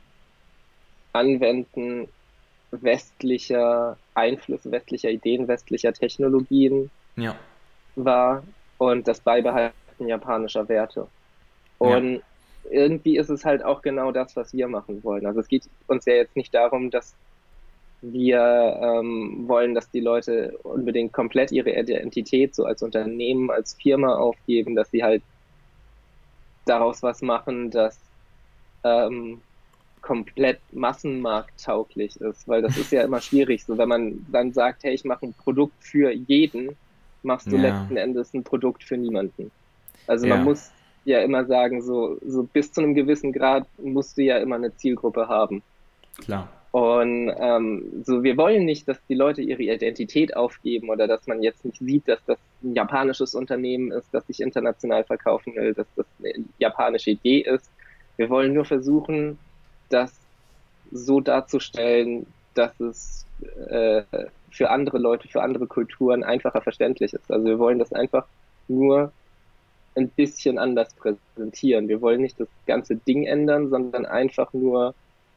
Speaker 2: Anwenden westlicher Einflüsse, westlicher Ideen, westlicher Technologien
Speaker 1: Ja.
Speaker 2: war und das Beibehalten japanischer Werte.
Speaker 1: Ja.
Speaker 2: Und irgendwie ist es halt auch genau das, was wir machen wollen. Also es geht uns ja jetzt nicht darum, dass wir ähm, wollen, dass die Leute unbedingt komplett ihre Identität so als Unternehmen, als Firma aufgeben, dass sie halt daraus was machen, das ähm, komplett massenmarkttauglich ist, weil das ist ja immer schwierig. So, wenn man dann sagt, hey, ich mache ein Produkt für jeden, machst du
Speaker 1: Ja.
Speaker 2: letzten Endes ein Produkt für niemanden. Also man
Speaker 1: Ja.
Speaker 2: muss ja immer sagen, so, so bis zu einem gewissen Grad musst du ja immer eine Zielgruppe haben.
Speaker 1: Klar.
Speaker 2: Und ähm, so, wir wollen nicht, dass die Leute ihre Identität aufgeben oder dass man jetzt nicht sieht, dass das ein japanisches Unternehmen ist, das sich international verkaufen will, dass das eine japanische Idee ist. Wir wollen nur versuchen, das so darzustellen, dass es äh, für andere Leute, für andere Kulturen einfacher verständlich ist. Also wir wollen das einfach nur ein bisschen anders präsentieren. Wir wollen nicht das ganze Ding ändern, sondern einfach nur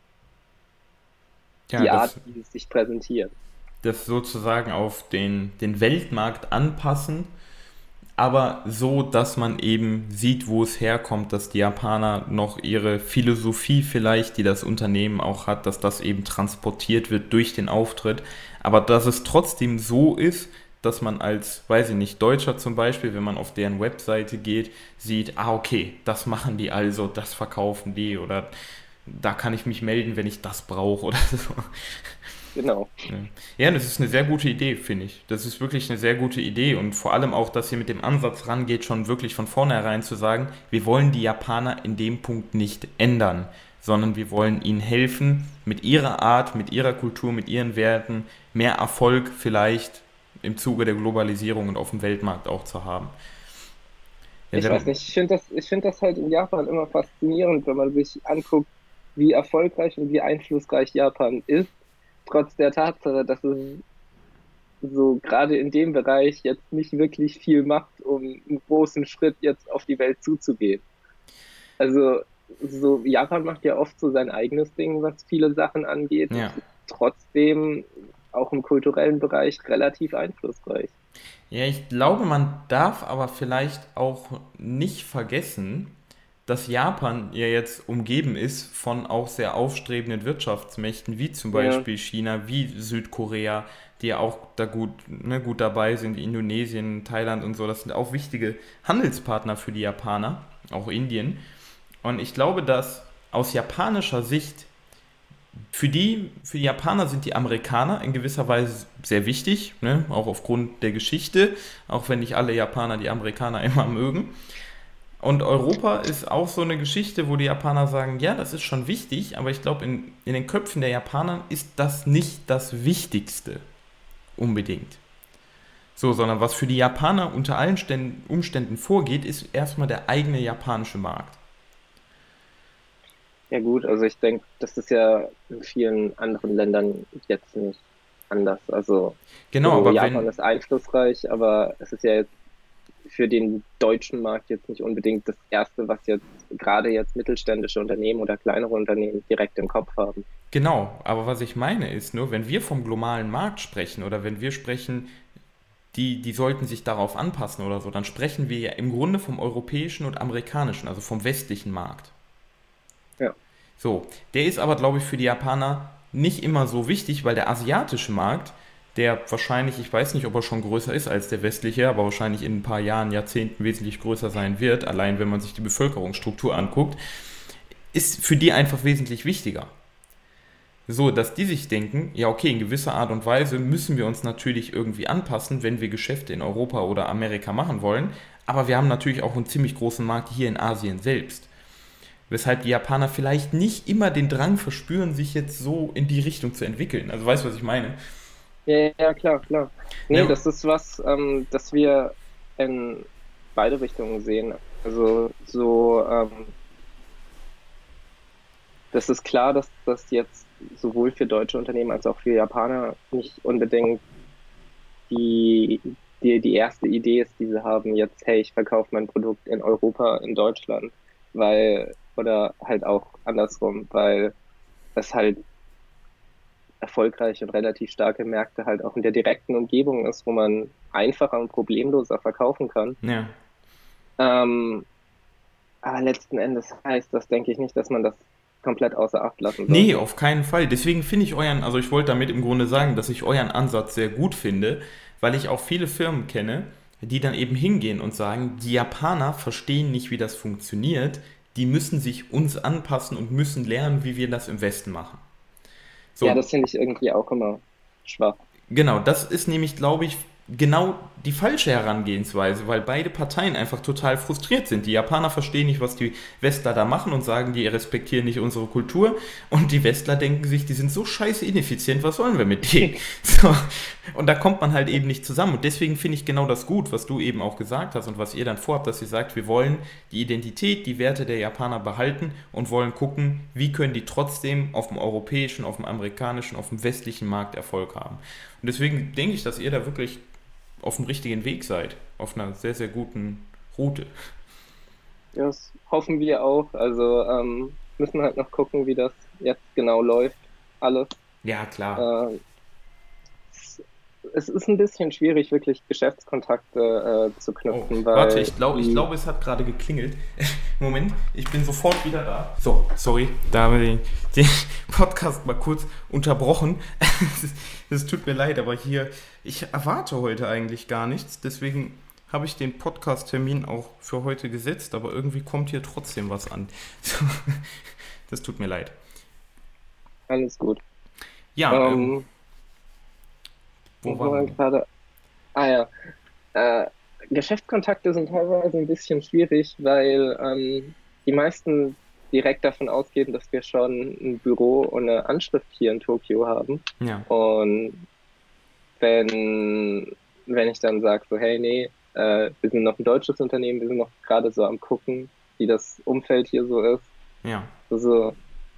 Speaker 1: Ja,
Speaker 2: die Art,
Speaker 1: das,
Speaker 2: wie es sich präsentiert.
Speaker 1: das sozusagen auf den, den Weltmarkt anpassen, aber so, dass man eben sieht, wo es herkommt, dass die Japaner noch ihre Philosophie vielleicht, die das Unternehmen auch hat, dass das eben transportiert wird durch den Auftritt, aber dass es trotzdem so ist, dass man als, weiß ich nicht, Deutscher zum Beispiel, wenn man auf deren Webseite geht, sieht, ah, okay, das machen die also, das verkaufen die oder da kann ich mich melden, wenn ich das brauche oder so.
Speaker 2: Genau.
Speaker 1: Ja, das ist eine sehr gute Idee, finde ich. Das ist wirklich eine sehr gute Idee und vor allem auch, dass ihr mit dem Ansatz rangeht, schon wirklich von vornherein zu sagen, wir wollen die Japaner in dem Punkt nicht ändern, sondern wir wollen ihnen helfen, mit ihrer Art, mit ihrer Kultur, mit ihren Werten mehr Erfolg vielleicht im Zuge der Globalisierung und auf dem Weltmarkt auch zu haben. Ja,
Speaker 2: Ich weiß
Speaker 1: wenn,
Speaker 2: nicht, ich finde das, ich finde das halt in Japan immer faszinierend, wenn man sich anguckt, wie erfolgreich und wie einflussreich Japan ist, trotz der Tatsache, dass es so gerade in dem Bereich jetzt nicht wirklich viel macht, um einen großen Schritt jetzt auf die Welt zuzugehen. Also so Japan macht ja oft so sein eigenes Ding, was viele Sachen angeht und
Speaker 1: ja.
Speaker 2: ist trotzdem auch im kulturellen Bereich relativ einflussreich.
Speaker 1: Ja, ich glaube, man darf aber vielleicht auch nicht vergessen, dass Japan ja jetzt umgeben ist von auch sehr aufstrebenden Wirtschaftsmächten, wie zum
Speaker 2: Ja,
Speaker 1: Beispiel China, wie Südkorea, die ja auch da gut, ne, gut dabei sind, Indonesien, Thailand und so, das sind auch wichtige Handelspartner für die Japaner, auch Indien. Und ich glaube, dass aus japanischer Sicht für die, für die Japaner sind die Amerikaner in gewisser Weise sehr wichtig, ne? Auch aufgrund der Geschichte, auch wenn nicht alle Japaner die Amerikaner immer mögen. Und Europa ist auch so eine Geschichte, wo die Japaner sagen, ja, das ist schon wichtig, aber ich glaube, in, in den Köpfen der Japaner ist das nicht das Wichtigste unbedingt. So, sondern was für die Japaner unter allen Ständen, Umständen vorgeht, ist erstmal der eigene japanische Markt.
Speaker 2: ja gut, also ich denke, das ist ja in vielen anderen Ländern jetzt nicht anders. Also
Speaker 1: Genau,
Speaker 2: so
Speaker 1: aber
Speaker 2: Japan
Speaker 1: wenn,
Speaker 2: ist einflussreich, aber es ist ja jetzt für den deutschen Markt jetzt nicht unbedingt das Erste, was jetzt gerade jetzt mittelständische Unternehmen oder kleinere Unternehmen direkt im Kopf haben.
Speaker 1: genau, aber was ich meine ist nur, wenn wir vom globalen Markt sprechen oder wenn wir sprechen, die, die sollten sich darauf anpassen oder so, dann sprechen wir ja im Grunde vom europäischen und amerikanischen, also vom westlichen Markt.
Speaker 2: Ja,
Speaker 1: So, der ist aber, glaube ich, für die Japaner nicht immer so wichtig, weil der asiatische Markt, der wahrscheinlich, ich weiß nicht, ob er schon größer ist als der westliche, aber wahrscheinlich in ein paar Jahren, Jahrzehnten wesentlich größer sein wird, allein wenn man sich die Bevölkerungsstruktur anguckt, ist für die einfach wesentlich wichtiger. So, dass die sich denken, ja okay, in gewisser Art und Weise müssen wir uns natürlich irgendwie anpassen, wenn wir Geschäfte in Europa oder Amerika machen wollen, aber wir haben natürlich auch einen ziemlich großen Markt hier in Asien selbst. Weshalb die Japaner vielleicht nicht immer den Drang verspüren, sich jetzt so in die Richtung zu entwickeln. Also weißt du, was ich meine?
Speaker 2: ja, ja, klar, klar. Nee,
Speaker 1: Ne?
Speaker 2: das ist was, ähm, das wir in beide Richtungen sehen. Also so, ähm, das ist klar, dass das jetzt sowohl für deutsche Unternehmen als auch für Japaner nicht unbedingt die, die, die erste Idee ist, die sie haben, jetzt, hey, ich verkaufe mein Produkt in Europa, in Deutschland, weil, oder halt auch andersrum, weil es halt erfolgreiche und relativ starke Märkte halt auch in der direkten Umgebung ist, wo man einfacher und problemloser verkaufen kann.
Speaker 1: Ja.
Speaker 2: Ähm, aber letzten Endes heißt das, denke ich nicht, dass man das komplett außer Acht lassen
Speaker 1: Nee,
Speaker 2: sollte.
Speaker 1: auf keinen Fall. Deswegen finde ich euren, also ich wollte damit im Grunde sagen, dass ich euren Ansatz sehr gut finde, weil ich auch viele Firmen kenne, die dann eben hingehen und sagen, die Japaner verstehen nicht, wie das funktioniert, die müssen sich uns anpassen und müssen lernen, wie wir das im Westen machen.
Speaker 2: Ja,
Speaker 1: So,
Speaker 2: das finde ich irgendwie auch immer schwach.
Speaker 1: genau, das ist nämlich, glaube ich, genau die falsche Herangehensweise, weil beide Parteien einfach total frustriert sind. Die Japaner verstehen nicht, was die Westler da machen und sagen, die respektieren nicht unsere Kultur. Und die Westler denken sich, die sind so scheiße ineffizient, was sollen wir mit denen? So. Und da kommt man halt eben nicht zusammen. Und deswegen finde ich genau das gut, was du eben auch gesagt hast und was ihr dann vorhabt, dass ihr sagt, wir wollen die Identität, die Werte der Japaner behalten und wollen gucken, wie können die trotzdem auf dem europäischen, auf dem amerikanischen, auf dem westlichen Markt Erfolg haben. Und deswegen denke ich, dass ihr da wirklich auf dem richtigen Weg seid, auf einer sehr, sehr guten Route.
Speaker 2: Ja, das hoffen wir auch. Also ähm, müssen halt noch gucken, wie das jetzt genau läuft, alles.
Speaker 1: Ja, klar.
Speaker 2: Äh, es, es ist ein bisschen schwierig, wirklich Geschäftskontakte äh, zu
Speaker 1: Oh,
Speaker 2: knüpfen,
Speaker 1: warte,
Speaker 2: weil
Speaker 1: ich glaube, ich
Speaker 2: die,
Speaker 1: glaube, es hat gerade geklingelt. Moment, ich bin sofort wieder da. So, sorry, da haben wir den, den Podcast mal kurz unterbrochen. Es tut mir leid, aber hier, ich erwarte heute eigentlich gar nichts. Deswegen habe ich den Podcast-Termin auch für heute gesetzt, aber irgendwie kommt hier trotzdem was an. So, das tut mir leid.
Speaker 2: alles gut.
Speaker 1: Ja, ähm,
Speaker 2: Ähm,
Speaker 1: wo
Speaker 2: wo waren
Speaker 1: waren
Speaker 2: wir
Speaker 1: wir?
Speaker 2: gerade? Ah ja, äh, Geschäftskontakte sind teilweise ein bisschen schwierig, weil ähm, die meisten direkt davon ausgehen, dass wir schon ein Büro und eine Anschrift hier in Tokio haben.
Speaker 1: Ja,
Speaker 2: Und wenn, wenn ich dann sage, so, hey, nee, äh, wir sind noch ein deutsches Unternehmen, wir sind noch gerade so am gucken, wie das Umfeld hier so ist.
Speaker 1: ja.
Speaker 2: So,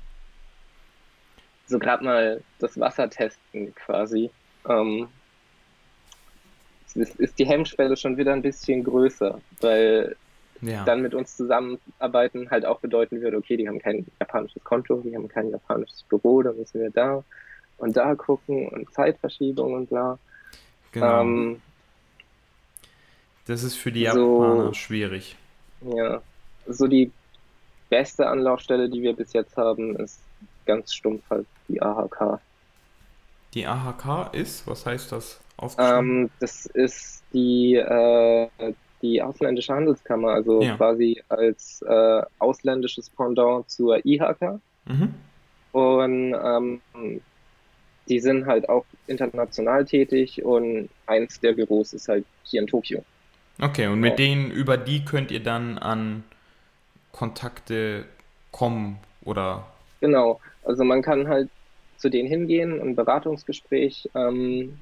Speaker 2: so gerade mal das Wasser testen quasi. Ähm, es ist, ist die Hemmschwelle schon wieder ein bisschen größer, weil
Speaker 1: Ja,
Speaker 2: dann mit uns zusammenarbeiten halt auch bedeuten würde, okay, die haben kein japanisches Konto, die haben kein japanisches Büro, dann müssen wir da und da gucken und Zeitverschiebung und bla.
Speaker 1: genau.
Speaker 2: Ähm,
Speaker 1: Das ist für die Japaner
Speaker 2: so,
Speaker 1: schwierig.
Speaker 2: ja, so die beste Anlaufstelle, die wir bis jetzt haben, ist ganz stumpf halt die A H K.
Speaker 1: Die A H K ist, was heißt das ausgesprochen?
Speaker 2: Ähm, das ist die, äh, die ausländische Handelskammer, also
Speaker 1: Ja.
Speaker 2: quasi als äh, ausländisches Pendant zur I H K.
Speaker 1: Mhm.
Speaker 2: Und ähm, die sind halt auch international tätig und eins der Büros ist halt hier in Tokio.
Speaker 1: Okay, und mit
Speaker 2: Ja,
Speaker 1: denen, über die könnt ihr dann an Kontakte kommen oder
Speaker 2: genau. Also man kann halt zu denen hingehen und ein Beratungsgespräch ähm,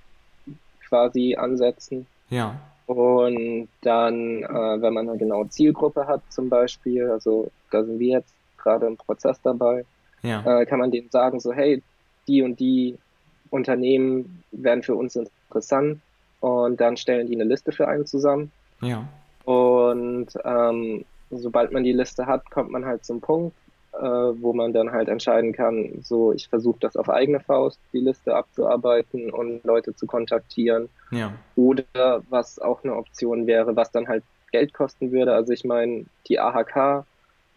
Speaker 2: quasi ansetzen.
Speaker 1: ja,
Speaker 2: Und dann, äh, wenn man eine genaue Zielgruppe hat, zum Beispiel, also da sind wir jetzt gerade im Prozess dabei,
Speaker 1: ja,
Speaker 2: äh, kann man denen sagen, so, hey, die und die Unternehmen wären für uns interessant. Und dann stellen die eine Liste für einen zusammen.
Speaker 1: ja.
Speaker 2: Und ähm, sobald man die Liste hat, kommt man halt zum Punkt, äh, wo man dann halt entscheiden kann, so, ich versuche das auf eigene Faust, die Liste abzuarbeiten und Leute zu kontaktieren.
Speaker 1: Ja.
Speaker 2: Oder was auch eine Option wäre, was dann halt Geld kosten würde. Also ich meine, die A H K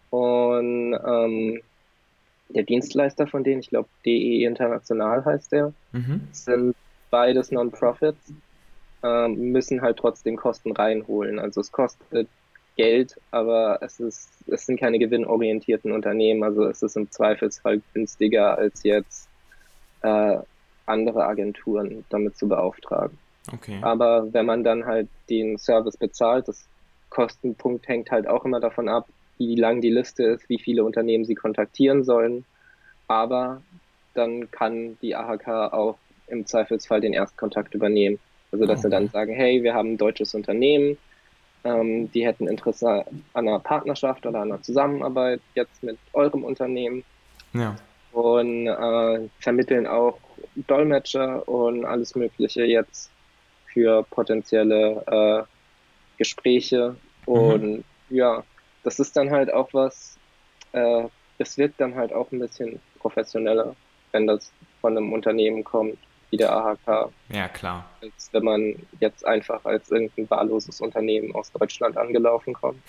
Speaker 2: und ähm, der Dienstleister von denen, ich glaube D E International heißt der,
Speaker 1: Mhm.
Speaker 2: sind beides Non-Profits, ähm, müssen halt trotzdem Kosten reinholen. Also es kostet Geld, aber es ist, es sind keine gewinnorientierten Unternehmen. Also es ist im Zweifelsfall günstiger als jetzt äh, andere Agenturen damit zu beauftragen.
Speaker 1: Okay.
Speaker 2: Aber wenn man dann halt den Service bezahlt, das Kostenpunkt hängt halt auch immer davon ab, wie lang die Liste ist, wie viele Unternehmen sie kontaktieren sollen. Aber dann kann die A H K auch im Zweifelsfall den Erstkontakt übernehmen. Also dass
Speaker 1: Oh,
Speaker 2: sie dann
Speaker 1: okay.
Speaker 2: sagen, hey, wir haben ein deutsches Unternehmen, ähm, die hätten Interesse an einer Partnerschaft oder einer Zusammenarbeit jetzt mit eurem Unternehmen
Speaker 1: Ja.
Speaker 2: und äh, vermitteln auch Dolmetscher und alles Mögliche jetzt für potenzielle äh, Gespräche.
Speaker 1: Mhm.
Speaker 2: Und ja, das ist dann halt auch was, äh, es wirkt dann halt auch ein bisschen professioneller, wenn das von einem Unternehmen kommt, wie der A H K,
Speaker 1: Ja, klar.
Speaker 2: als wenn man jetzt einfach als irgendein wahlloses Unternehmen aus Deutschland angelaufen kommt.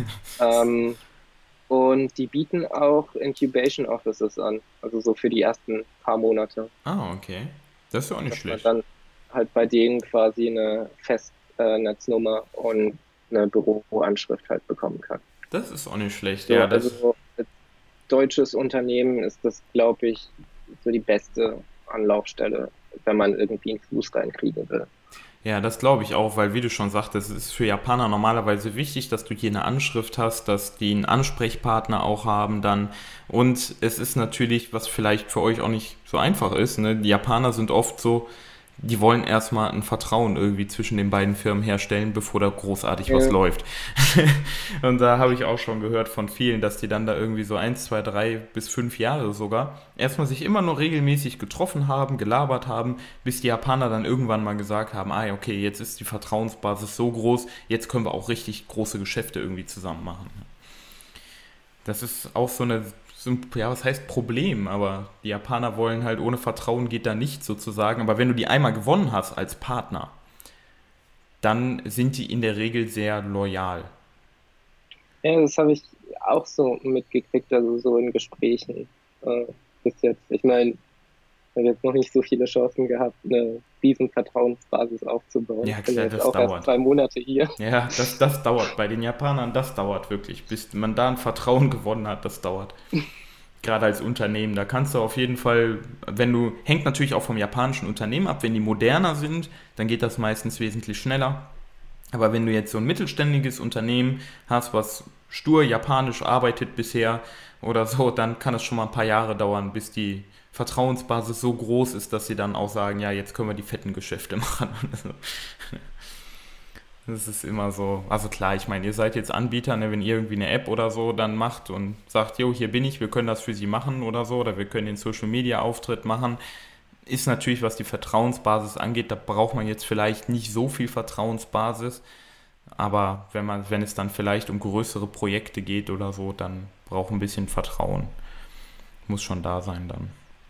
Speaker 2: Ähm, und die bieten auch Incubation Offices an, also so für die ersten paar Monate,
Speaker 1: Ah, okay. Das ist ja auch nicht
Speaker 2: dass man
Speaker 1: schlecht.
Speaker 2: dann halt bei denen quasi eine Festnetznummer und eine Büroanschrift halt bekommen kann.
Speaker 1: Das ist auch nicht schlecht. Ja,
Speaker 2: So,
Speaker 1: das,
Speaker 2: also als deutsches Unternehmen ist das, glaube ich, so die beste Anlaufstelle, wenn man irgendwie einen Fuß reinkriegen will.
Speaker 1: ja, das glaube ich auch, weil wie du schon sagtest, es ist für Japaner normalerweise wichtig, dass du hier eine Anschrift hast, dass die einen Ansprechpartner auch haben dann. Und es ist natürlich, was vielleicht für euch auch nicht so einfach ist, ne? Die Japaner sind oft so, die wollen erstmal ein Vertrauen irgendwie zwischen den beiden Firmen herstellen, bevor da großartig was
Speaker 2: Ja,
Speaker 1: läuft. Und da habe ich auch schon gehört von vielen, dass die dann da irgendwie so eins, zwei, drei bis fünf Jahre sogar erstmal sich immer nur regelmäßig getroffen haben, gelabert haben, bis die Japaner dann irgendwann mal gesagt haben, ah, okay, jetzt ist die Vertrauensbasis so groß, jetzt können wir auch richtig große Geschäfte irgendwie zusammen machen. Das ist auch so eine, so ein, ja, was heißt Problem, aber die Japaner wollen halt, ohne Vertrauen geht da nichts sozusagen. Aber wenn du die einmal gewonnen hast als Partner, dann sind die in der Regel sehr loyal.
Speaker 2: ja, das habe ich auch so mitgekriegt, also so in Gesprächen äh, bis jetzt. Ich meine, ich habe jetzt noch nicht so viele Chancen gehabt, eine riesen Vertrauensbasis aufzubauen.
Speaker 1: Ja,
Speaker 2: Ich bin ja
Speaker 1: klar,
Speaker 2: jetzt
Speaker 1: das
Speaker 2: auch erst
Speaker 1: dauert.
Speaker 2: zwei Monate hier.
Speaker 1: Ja, das, das dauert. Bei den Japanern, das dauert wirklich. Bis man da ein Vertrauen gewonnen hat, das dauert. Gerade als Unternehmen, da kannst du auf jeden Fall, wenn du, hängt natürlich auch vom japanischen Unternehmen ab, wenn die moderner sind, dann geht das meistens wesentlich schneller. Aber wenn du jetzt so ein mittelständiges Unternehmen hast, was stur japanisch arbeitet bisher oder so, dann kann es schon mal ein paar Jahre dauern, bis die Vertrauensbasis so groß ist, dass sie dann auch sagen, ja, jetzt können wir die fetten Geschäfte machen. Das ist immer so, also klar, ich meine, ihr seid jetzt Anbieter, ne, wenn ihr irgendwie eine App oder so dann macht und sagt, jo, hier bin ich, wir können das für Sie machen oder so, oder wir können den Social Media Auftritt machen, ist natürlich, was die Vertrauensbasis angeht, da braucht man jetzt vielleicht nicht so viel Vertrauensbasis, aber wenn man, wenn es dann vielleicht um größere Projekte geht oder so, dann braucht ein bisschen Vertrauen. Muss schon da sein dann.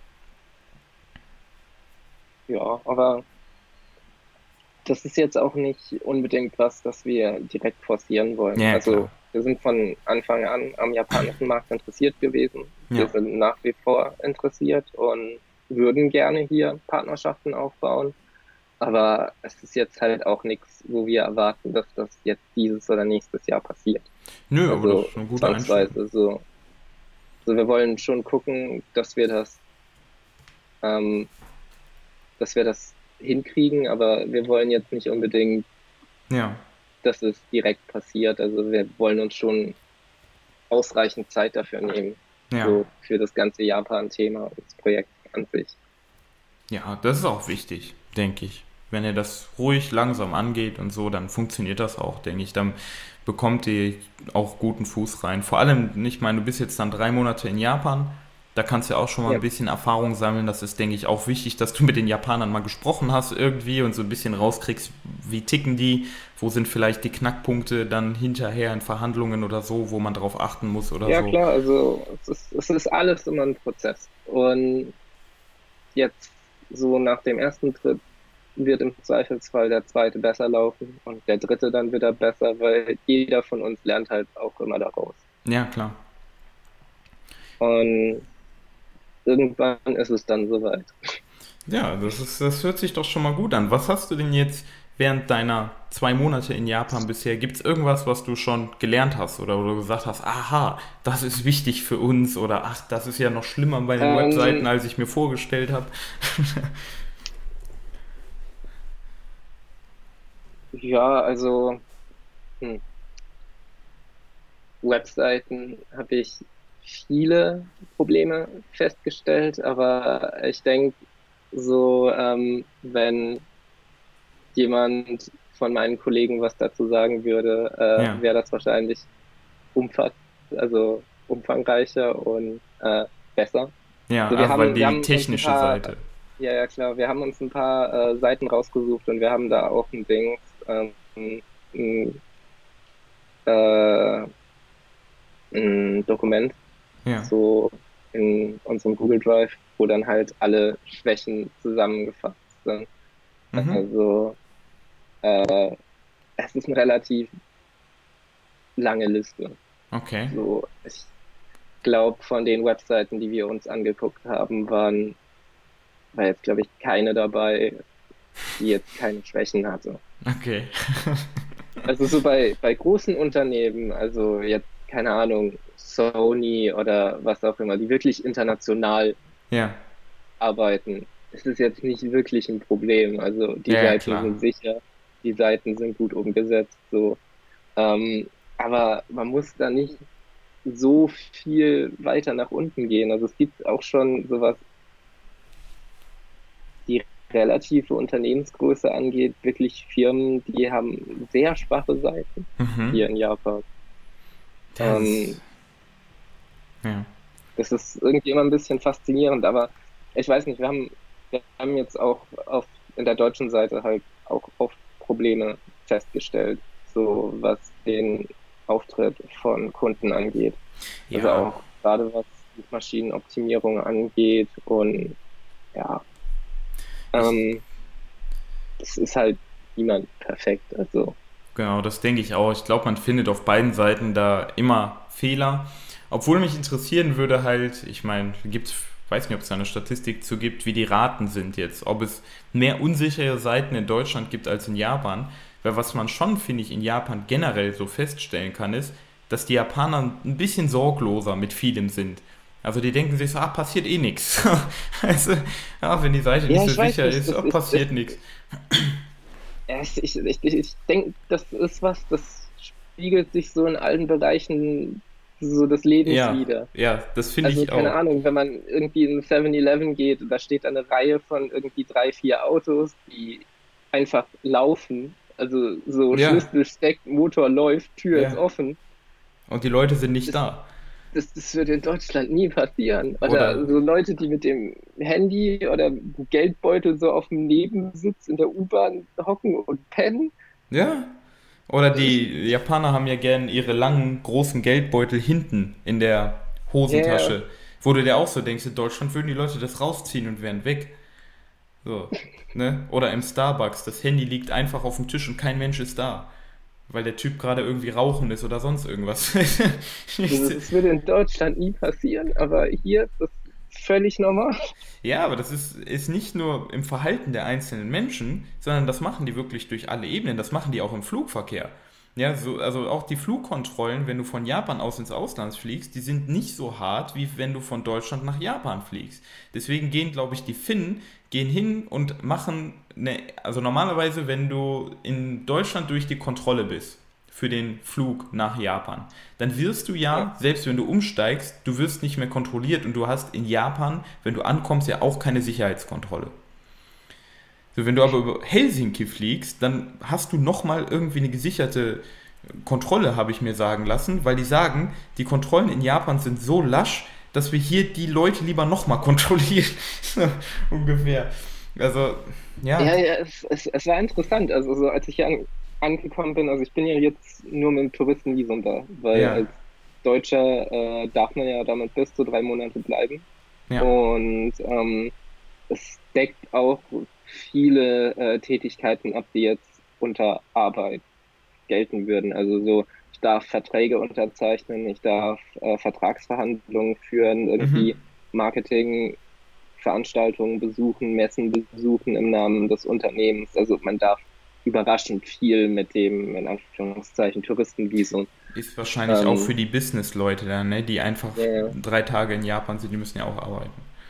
Speaker 2: Ja, aber das ist jetzt auch nicht unbedingt was, das wir direkt forcieren wollen.
Speaker 1: Ja,
Speaker 2: Also
Speaker 1: klar.
Speaker 2: wir sind von Anfang an am japanischen Markt interessiert gewesen.
Speaker 1: Ja.
Speaker 2: Wir sind nach wie vor interessiert und würden gerne hier Partnerschaften aufbauen. Aber es ist jetzt halt auch nichts, wo wir erwarten, dass das jetzt dieses oder nächstes Jahr passiert.
Speaker 1: Nö, aber das
Speaker 2: Also
Speaker 1: ist eine gute Einstellung.
Speaker 2: zwangsweise so. Also wir wollen schon gucken, dass wir das, ähm, dass wir das hinkriegen, aber wir wollen jetzt nicht unbedingt,
Speaker 1: Ja,
Speaker 2: dass es direkt passiert. Also wir wollen uns schon ausreichend Zeit dafür nehmen,
Speaker 1: ja.
Speaker 2: so für das ganze Japan-Thema und das Projekt an sich.
Speaker 1: Ja, das ist auch wichtig, denke ich. Wenn ihr das ruhig langsam angeht und so, dann funktioniert das auch, denke ich. Dann bekommt ihr auch guten Fuß rein. Vor allem, ich meine, du bist jetzt dann drei Monate in Japan. Da kannst du ja auch schon mal ein
Speaker 2: Ja,
Speaker 1: bisschen Erfahrung sammeln. Das ist, denke ich, auch wichtig, dass du mit den Japanern mal gesprochen hast irgendwie und so ein bisschen rauskriegst, wie ticken die, wo sind vielleicht die Knackpunkte dann hinterher in Verhandlungen oder so, wo man drauf achten muss oder
Speaker 2: ja
Speaker 1: so.
Speaker 2: klar, also es ist, es ist alles immer ein Prozess. Und jetzt so nach dem ersten Tritt wird im Zweifelsfall der zweite besser laufen und der dritte dann wieder besser, weil jeder von uns lernt halt auch immer daraus.
Speaker 1: Ja, klar.
Speaker 2: Und irgendwann ist es dann soweit.
Speaker 1: Ja, das ist, das hört sich doch schon mal gut an. Was hast du denn jetzt während deiner zwei Monate in Japan bisher? Gibt es irgendwas, was du schon gelernt hast oder wo du gesagt hast, aha, das ist wichtig für uns oder ach, das ist ja noch schlimmer bei den Webseiten,
Speaker 2: Ähm,
Speaker 1: als ich mir vorgestellt habe?
Speaker 2: ja, also hm, Webseiten habe ich viele Probleme festgestellt, aber ich denke, so ähm, wenn jemand von meinen Kollegen was dazu sagen würde, äh,
Speaker 1: Ja,
Speaker 2: wäre das wahrscheinlich umfass also umfangreicher und äh, besser.
Speaker 1: ja,
Speaker 2: Also wir
Speaker 1: also weil
Speaker 2: haben, wir
Speaker 1: die
Speaker 2: haben uns ein
Speaker 1: technische
Speaker 2: paar,
Speaker 1: Seite.
Speaker 2: ja, ja klar, wir haben uns ein paar äh, Seiten rausgesucht und wir haben da auch ein Ding, ähm, ein, äh, ein Dokument
Speaker 1: Ja.
Speaker 2: so in unserem Google Drive, wo dann halt alle Schwächen zusammengefasst sind.
Speaker 1: Mhm.
Speaker 2: Also äh, es ist eine relativ lange Liste.
Speaker 1: Okay.
Speaker 2: So, ich glaube, von den Webseiten, die wir uns angeguckt haben, waren, war jetzt, glaube ich, keine dabei, die jetzt keine Schwächen hatte.
Speaker 1: Okay.
Speaker 2: Also so bei, bei großen Unternehmen, also jetzt, keine Ahnung, Sony oder was auch immer, die wirklich international
Speaker 1: Ja.
Speaker 2: arbeiten, ist es jetzt nicht wirklich ein Problem. Also die
Speaker 1: Ja, ja,
Speaker 2: Seiten
Speaker 1: klar.
Speaker 2: sind sicher, die Seiten sind gut umgesetzt, so. Ähm, aber man muss da nicht so viel weiter nach unten gehen. Also es gibt auch schon sowas, die relative Unternehmensgröße angeht, wirklich Firmen, die haben sehr schwache Seiten
Speaker 1: Mhm.
Speaker 2: hier in Japan.
Speaker 1: Das ist,
Speaker 2: Ähm,
Speaker 1: ja.
Speaker 2: Das ist irgendwie immer ein bisschen faszinierend, aber ich weiß nicht, wir haben, wir haben jetzt auch auf, in der deutschen Seite halt auch oft Probleme festgestellt, so was den Auftritt von Kunden angeht. Also
Speaker 1: Ja,
Speaker 2: auch gerade was Suchmaschinenoptimierung angeht und ja,
Speaker 1: ich,
Speaker 2: ähm, das ist halt niemand perfekt. Also
Speaker 1: genau, das denke ich auch. Ich glaube, man findet auf beiden Seiten da immer Fehler. Obwohl mich interessieren würde halt, ich meine, gibt's, weiß nicht, ob es da eine Statistik zu gibt, wie die Raten sind jetzt. Ob es mehr unsichere Seiten in Deutschland gibt als in Japan. Weil was man schon, finde ich, in Japan generell so feststellen kann, ist, dass die Japaner ein bisschen sorgloser mit vielem sind. Also die denken sich so, ah, passiert eh nichts. Also, ja, wenn die Seite nicht
Speaker 2: ja,
Speaker 1: so
Speaker 2: ich weiß
Speaker 1: sicher
Speaker 2: nicht,
Speaker 1: ist,
Speaker 2: das
Speaker 1: oh,
Speaker 2: ist, das,
Speaker 1: passiert nichts.
Speaker 2: ja, ich, ich, ich, ich denke, das ist was, das spiegelt sich so in allen Bereichen so des Lebens
Speaker 1: Ja,
Speaker 2: wider.
Speaker 1: ja, das finde
Speaker 2: Also
Speaker 1: ich
Speaker 2: keine
Speaker 1: auch.
Speaker 2: Ahnung, wenn man irgendwie in Seven Eleven geht und da steht eine Reihe von irgendwie drei, vier Autos, die einfach laufen, also so
Speaker 1: Ja,
Speaker 2: Schlüssel steckt, Motor läuft, Tür ist
Speaker 1: ja.
Speaker 2: offen.
Speaker 1: Und die Leute sind nicht
Speaker 2: Das,
Speaker 1: da.
Speaker 2: das, das würde in Deutschland nie passieren. Oder
Speaker 1: Oder,
Speaker 2: so Leute, die mit dem Handy oder Geldbeutel so auf dem Nebensitz in der U-Bahn hocken und pennen.
Speaker 1: ja. Oder die Japaner haben ja gern ihre langen, großen Geldbeutel hinten in der
Speaker 2: Ja, yeah.
Speaker 1: Hosentasche. Wo du dir auch so denkst, in Deutschland würden die Leute das rausziehen und wären weg. So, ne? Oder im Starbucks, das Handy liegt einfach auf dem Tisch und kein Mensch ist da. weil der Typ gerade irgendwie rauchen ist oder sonst irgendwas.
Speaker 2: Also das würde in Deutschland nie passieren, aber hier ist das völlig normal.
Speaker 1: Ja, aber das ist, ist nicht nur im Verhalten der einzelnen Menschen, sondern das machen die wirklich durch alle Ebenen. Das machen die auch im Flugverkehr. Ja, so, also auch die Flugkontrollen, wenn du von Japan aus ins Ausland fliegst, die sind nicht so hart, wie wenn du von Deutschland nach Japan fliegst. Deswegen gehen, glaube ich, die Finnen gehen hin und machen eine, also normalerweise, wenn du in Deutschland durch die Kontrolle bist für den Flug nach Japan, dann wirst du
Speaker 2: Ja,
Speaker 1: ja, selbst wenn du umsteigst, du wirst nicht mehr kontrolliert und du hast in Japan, wenn du ankommst, ja auch keine Sicherheitskontrolle. So, wenn du aber über Helsinki fliegst, dann hast du nochmal irgendwie eine gesicherte Kontrolle, habe ich mir sagen lassen, weil die sagen, die Kontrollen in Japan sind so lasch, dass wir hier die Leute lieber nochmal kontrollieren. So, ungefähr. Also, ja,
Speaker 2: ja, ja es, es, es war interessant. Also so, als ich hier an, angekommen bin, also ich bin ja jetzt nur mit dem Touristenvisum da, weil
Speaker 1: ja,
Speaker 2: als Deutscher äh, darf man ja damit bis zu drei Monate bleiben.
Speaker 1: ja.
Speaker 2: Und ähm, es deckt auch viele äh, Tätigkeiten ab, die jetzt unter Arbeit gelten würden. Also so, ich darf Verträge unterzeichnen, ich darf äh, Vertragsverhandlungen führen,
Speaker 1: Mhm.
Speaker 2: irgendwie Marketingveranstaltungen besuchen, Messen besuchen im Namen des Unternehmens. Also man darf überraschend viel mit dem, in Anführungszeichen, Touristenvisum.
Speaker 1: Ist wahrscheinlich auch
Speaker 2: Ähm,
Speaker 1: für die Business-Leute dann, ne, die einfach
Speaker 2: ja, ja.
Speaker 1: drei Tage in Japan sind, die müssen ja auch arbeiten.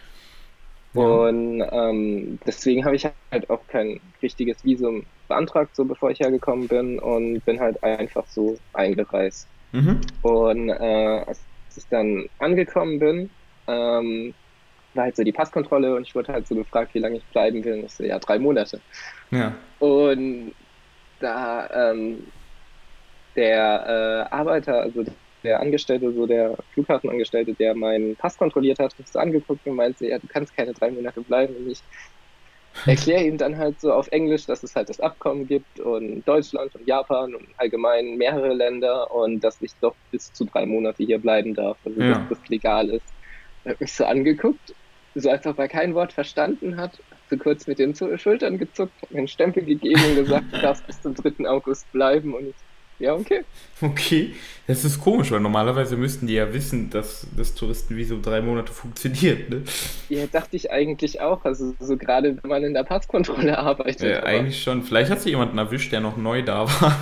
Speaker 1: Ja.
Speaker 2: Und ähm, deswegen habe ich halt auch kein richtiges Visum beantragt, so bevor ich hergekommen bin und bin halt einfach so eingereist.
Speaker 1: Mhm.
Speaker 2: Und äh, als ich dann angekommen bin, ähm, war halt so die Passkontrolle und ich wurde halt so gefragt, wie lange ich bleiben will. Und ich so, ja, drei Monate.
Speaker 1: Ja.
Speaker 2: Und da ähm, der äh, Arbeiter, also der Angestellte, so der Flughafenangestellte, der meinen Pass kontrolliert hat, mich so angeguckt und meinte, ja, du kannst keine drei Monate bleiben. Und ich erkläre ihm dann halt so auf Englisch, dass es halt das Abkommen gibt und Deutschland und Japan und allgemein mehrere Länder und dass ich doch bis zu drei Monate hier bleiben darf, also dass
Speaker 1: Ja.
Speaker 2: das legal ist. Er hat mich so angeguckt, so als ob er kein Wort verstanden hat, so kurz mit den Zu- Schultern gezuckt, hat mir einen Stempel gegeben und gesagt, du darfst bis zum dritten August bleiben und ich, ja, okay.
Speaker 1: Okay, das ist komisch, weil normalerweise müssten die ja wissen, dass das Touristenvisum drei Monate funktioniert, ne?
Speaker 2: Ja, dachte ich eigentlich auch, also so gerade wenn man in der Passkontrolle arbeitet,
Speaker 1: Ja,
Speaker 2: aber
Speaker 1: eigentlich schon. Vielleicht hat sich jemanden erwischt, der noch neu da war.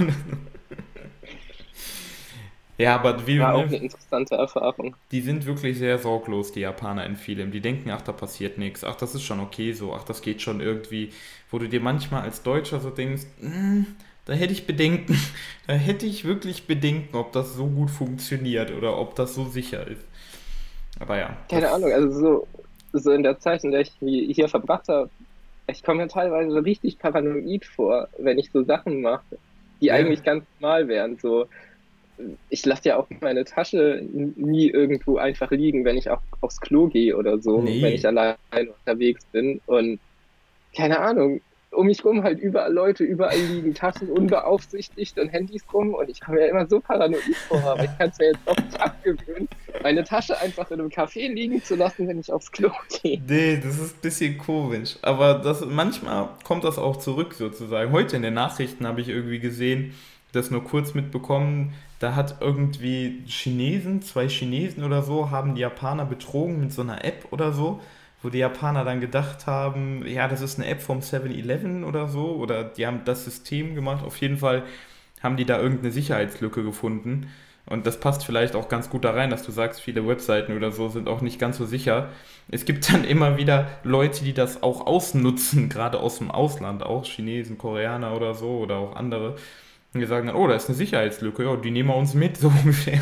Speaker 1: Ja, aber wie,
Speaker 2: war auch
Speaker 1: ne,
Speaker 2: eine interessante Erfahrung.
Speaker 1: die sind wirklich sehr sorglos, die Japaner in vielem. Die denken, ach, da passiert nichts, ach, das ist schon okay so, ach, das geht schon irgendwie. Wo du dir manchmal als Deutscher so denkst, "Hm, da hätte ich Bedenken, da hätte ich wirklich Bedenken, ob das so gut funktioniert oder ob das so sicher ist. Aber ja,
Speaker 2: Keine
Speaker 1: das,
Speaker 2: Ahnung, also so, so in der Zeit, in der ich mi- hier verbracht habe, ich komme mir teilweise so richtig paranoid vor, wenn ich so Sachen mache, die
Speaker 1: ja,
Speaker 2: eigentlich ganz normal wären. So, ich lasse ja auch meine Tasche n- nie irgendwo einfach liegen, wenn ich auch aufs Klo gehe oder so, wenn ich
Speaker 1: nee.
Speaker 2: allein unterwegs bin. Und keine Ahnung, um mich rum halt überall Leute, überall liegen Taschen unbeaufsichtigt und Handys rum und ich komme mir immer so paranoid vor, aber ich kann es mir jetzt auch nicht abgewöhnen, meine Tasche einfach in einem Café liegen zu lassen, wenn ich aufs Klo gehe.
Speaker 1: Nee, das ist ein bisschen komisch. Aber das, manchmal kommt das auch zurück sozusagen. Heute in den Nachrichten habe ich irgendwie gesehen, das nur kurz mitbekommen, da hat irgendwie Chinesen, zwei Chinesen oder so, haben die Japaner betrogen mit so einer App oder so, wo die Japaner dann gedacht haben, ja, das ist eine App vom Seven-Eleven oder so, oder die haben das System gemacht. Auf jeden Fall haben die da irgendeine Sicherheitslücke gefunden. Und das passt vielleicht auch ganz gut da rein, dass du sagst, viele Webseiten oder so sind auch nicht ganz so sicher. Es gibt dann immer wieder Leute, die das auch ausnutzen, gerade aus dem Ausland, auch Chinesen, Koreaner oder so oder auch andere. Und die sagen dann, oh, da ist eine Sicherheitslücke, ja, die nehmen wir uns mit, so ungefähr.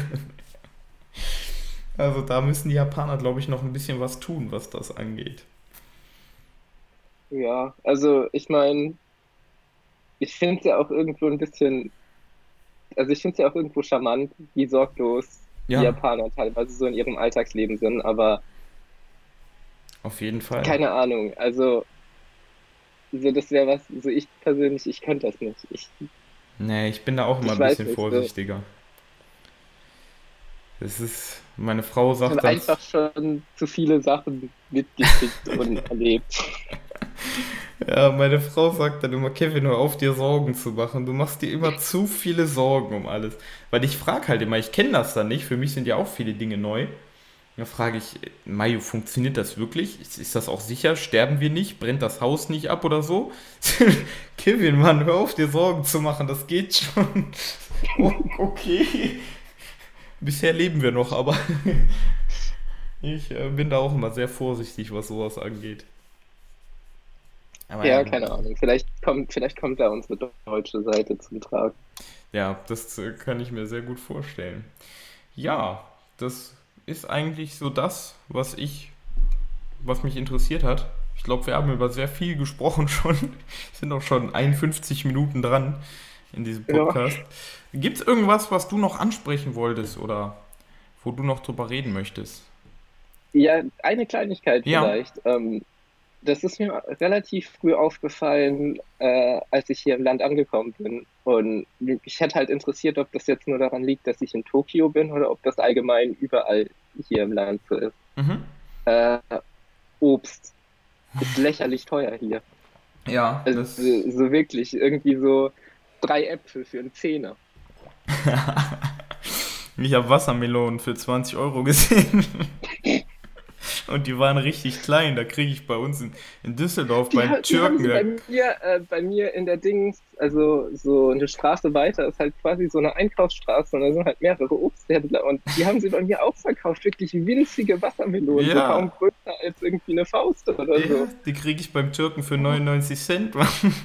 Speaker 1: Also da müssen die Japaner, glaube ich, noch ein bisschen was tun, was das angeht.
Speaker 2: Ja, also ich meine, ich finde es ja auch irgendwo ein bisschen, also ich finde es ja auch irgendwo charmant, wie sorglos die
Speaker 1: Ja,
Speaker 2: Japaner teilweise so in ihrem Alltagsleben sind, aber
Speaker 1: auf jeden Fall.
Speaker 2: keine Ahnung, also so das wäre was, so ich persönlich, ich könnte das nicht. Ich,
Speaker 1: Nee, ich bin da auch immer
Speaker 2: ich
Speaker 1: ein
Speaker 2: weiß
Speaker 1: bisschen
Speaker 2: nicht, so.
Speaker 1: vorsichtiger. Das ist, meine Frau
Speaker 2: Ich
Speaker 1: sagt
Speaker 2: habe
Speaker 1: dann,
Speaker 2: einfach schon zu viele Sachen mitgekriegt und erlebt.
Speaker 1: Ja, meine Frau sagt dann immer, Kevin, hör auf, dir Sorgen zu machen. Du machst dir immer zu viele Sorgen um alles. Weil ich frage halt immer, ich kenne das dann nicht, für mich sind ja auch viele Dinge neu. Da frage ich, Mayu, funktioniert das wirklich? Ist, ist das auch sicher? Sterben wir nicht? Brennt das Haus nicht ab oder so? Kevin, Mann, hör auf, dir Sorgen zu machen, das geht schon. Oh, okay. Bisher leben wir noch, aber ich äh, bin da auch immer sehr vorsichtig, was sowas angeht. Aber
Speaker 2: Ja,
Speaker 1: ja,
Speaker 2: keine Ahnung. Vielleicht kommt, vielleicht kommt da unsere deutsche Seite zum Tragen.
Speaker 1: ja, das äh, kann ich mir sehr gut vorstellen. Ja, das ist eigentlich so das, was ich, was mich interessiert hat. Ich glaube, wir haben über sehr viel gesprochen schon. Sind auch schon einundfünfzig Minuten dran in diesem
Speaker 2: Ja.
Speaker 1: Podcast. Gibt es irgendwas, was du noch ansprechen wolltest oder wo du noch drüber reden möchtest?
Speaker 2: Ja, eine Kleinigkeit
Speaker 1: Ja,
Speaker 2: vielleicht. Ähm, das ist mir relativ früh aufgefallen, äh, als ich hier im Land angekommen bin. Und mich hätte halt interessiert, ob das jetzt nur daran liegt, dass ich in Tokio bin oder ob das allgemein überall hier im Land so ist.
Speaker 1: mhm.
Speaker 2: Äh, Obst ist lächerlich teuer hier.
Speaker 1: Ja,
Speaker 2: Also
Speaker 1: das.
Speaker 2: so wirklich, irgendwie so drei Äpfel für einen Zehner.
Speaker 1: Ich habe Wassermelonen für zwanzig Euro gesehen und die waren richtig klein. Da kriege ich bei uns in, in Düsseldorf
Speaker 2: Die,
Speaker 1: beim
Speaker 2: ha- die haben
Speaker 1: Türken.
Speaker 2: sie
Speaker 1: Da,
Speaker 2: bei mir, äh, bei mir in der Dings, also so eine Straße weiter, ist halt quasi so eine Einkaufsstraße und da sind halt mehrere Obsthändler und die haben sie bei mir auch verkauft, wirklich winzige Wassermelonen, so kaum
Speaker 1: ja,
Speaker 2: größer als irgendwie eine Faust oder
Speaker 1: ja,
Speaker 2: so.
Speaker 1: die kriege ich beim Türken für neunundneunzig Cent.